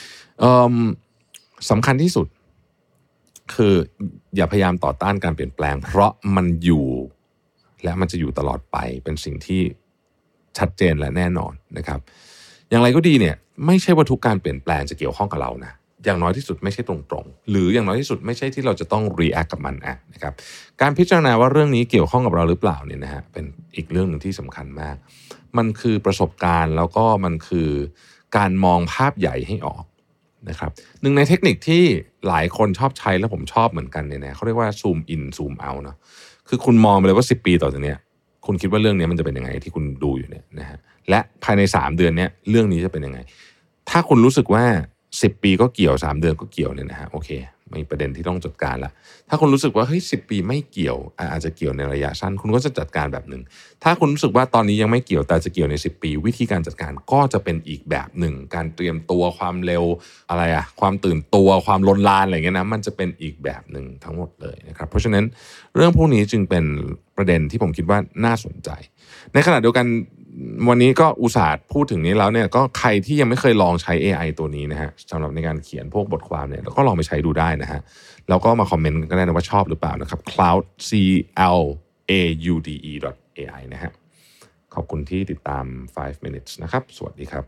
สำคัญที่สุดคืออย่าพยายามต่อต้านการเปลี่ยนแปลงเพราะมันอยู่และมันจะอยู่ตลอดไปเป็นสิ่งที่ชัดเจนและแน่นอนนะครับอย่างไรก็ดีเนี่ยไม่ใช่ว่าทุกการเปลี่ยนแปลงจะเกี่ยวข้องกับเรานะอย่างน้อยที่สุดไม่ใช่ตรงๆหรืออย่างน้อยที่สุดไม่ใช่ที่เราจะต้อง react กับมันอ่ะนะครับการพิจารณาว่าเรื่องนี้เกี่ยวข้องกับเราหรือเปล่าเนี่ยนะฮะเป็นอีกเรื่องนึงที่สำคัญมากมันคือประสบการณ์แล้วก็มันคือการมองภาพใหญ่ให้ออกนะครับหนึ่งในเทคนิคที่หลายคนชอบใช้และผมชอบเหมือนกันเนี่ยนะเขาเรียกว่า zoom in zoom out เนาะคือคุณมองไปเลยว่าสิบปีต่อจากเนี้ยคุณคิดว่าเรื่องนี้มันจะเป็นยังไงที่คุณดูอยู่เนี่ยนะฮะและภายในสามเดือนเนี้ยเรื่องนี้จะเป็นยังไงถ้าคุณรู้สึกว่าสิบปีก็เกี่ยวสามเดือนก็เกี่ยวเนี่ยนะฮะโอเคมีประเด็นที่ต้องจัดการละถ้าคุณรู้สึกว่าเฮ้ยสิบปีไม่เกี่ยวอาจจะเกี่ยวในระยะสั้นคุณก็จะจัดการแบบนึงถ้าคุณรู้สึกว่าตอนนี้ยังไม่เกี่ยวแต่จะเกี่ยวในสิบปีวิธีการจัดการก็จะเป็นอีกแบบหนึ่งการเตรียมตัวความเร็วอะไรอะความตื่นตัวความลนลานอะไรเงี้ยนะมันจะเป็นอีกแบบหนึ่งทั้งหมดเลยนะครับเพราะฉะนั้นเรื่องพวกนี้จึงเป็นประเด็นที่ผมคิดว่าน่าสนใจในขณะเดียวกันวันนี้ก็อุตส่าห์พูดถึงนี้แล้วเนี่ยก็ใครที่ยังไม่เคยลองใช้ เอ ไอ ตัวนี้นะฮะสำหรับในการเขียนพวกบทความเนี่ยก็ลองไปใช้ดูได้นะฮะแล้วก็มาคอมเมนต์กันได้นะว่าชอบหรือเปล่านะครับ cloud c l a u d e .ai นะฮะขอบคุณที่ติดตามfive minutes นะครับสวัสดีครับ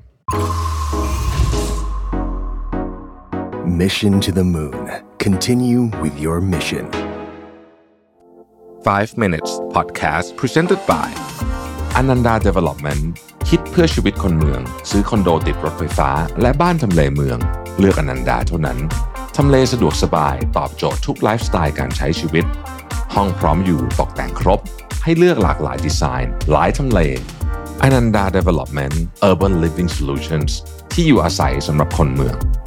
Mission to the Moon. Continue with your mission. five minutes podcast presented by Ananda Development คิดเพื่อชีวิตคนเมืองซื้อคอนโดติดรถไฟฟ้าและบ้านทำเลเมืองเลือก Ananda เท่านั้นทำเลสะดวกสบายตอบโจทย์ทุกไลฟ์สไตล์การใช้ชีวิตห้องพร้อมอยู่ตกแต่งครบให้เลือกหลากหลายดีไซน์หลายทำเล Ananda Development Urban Living Solutions ที่อยู่อาศัยสำหรับคนเมือง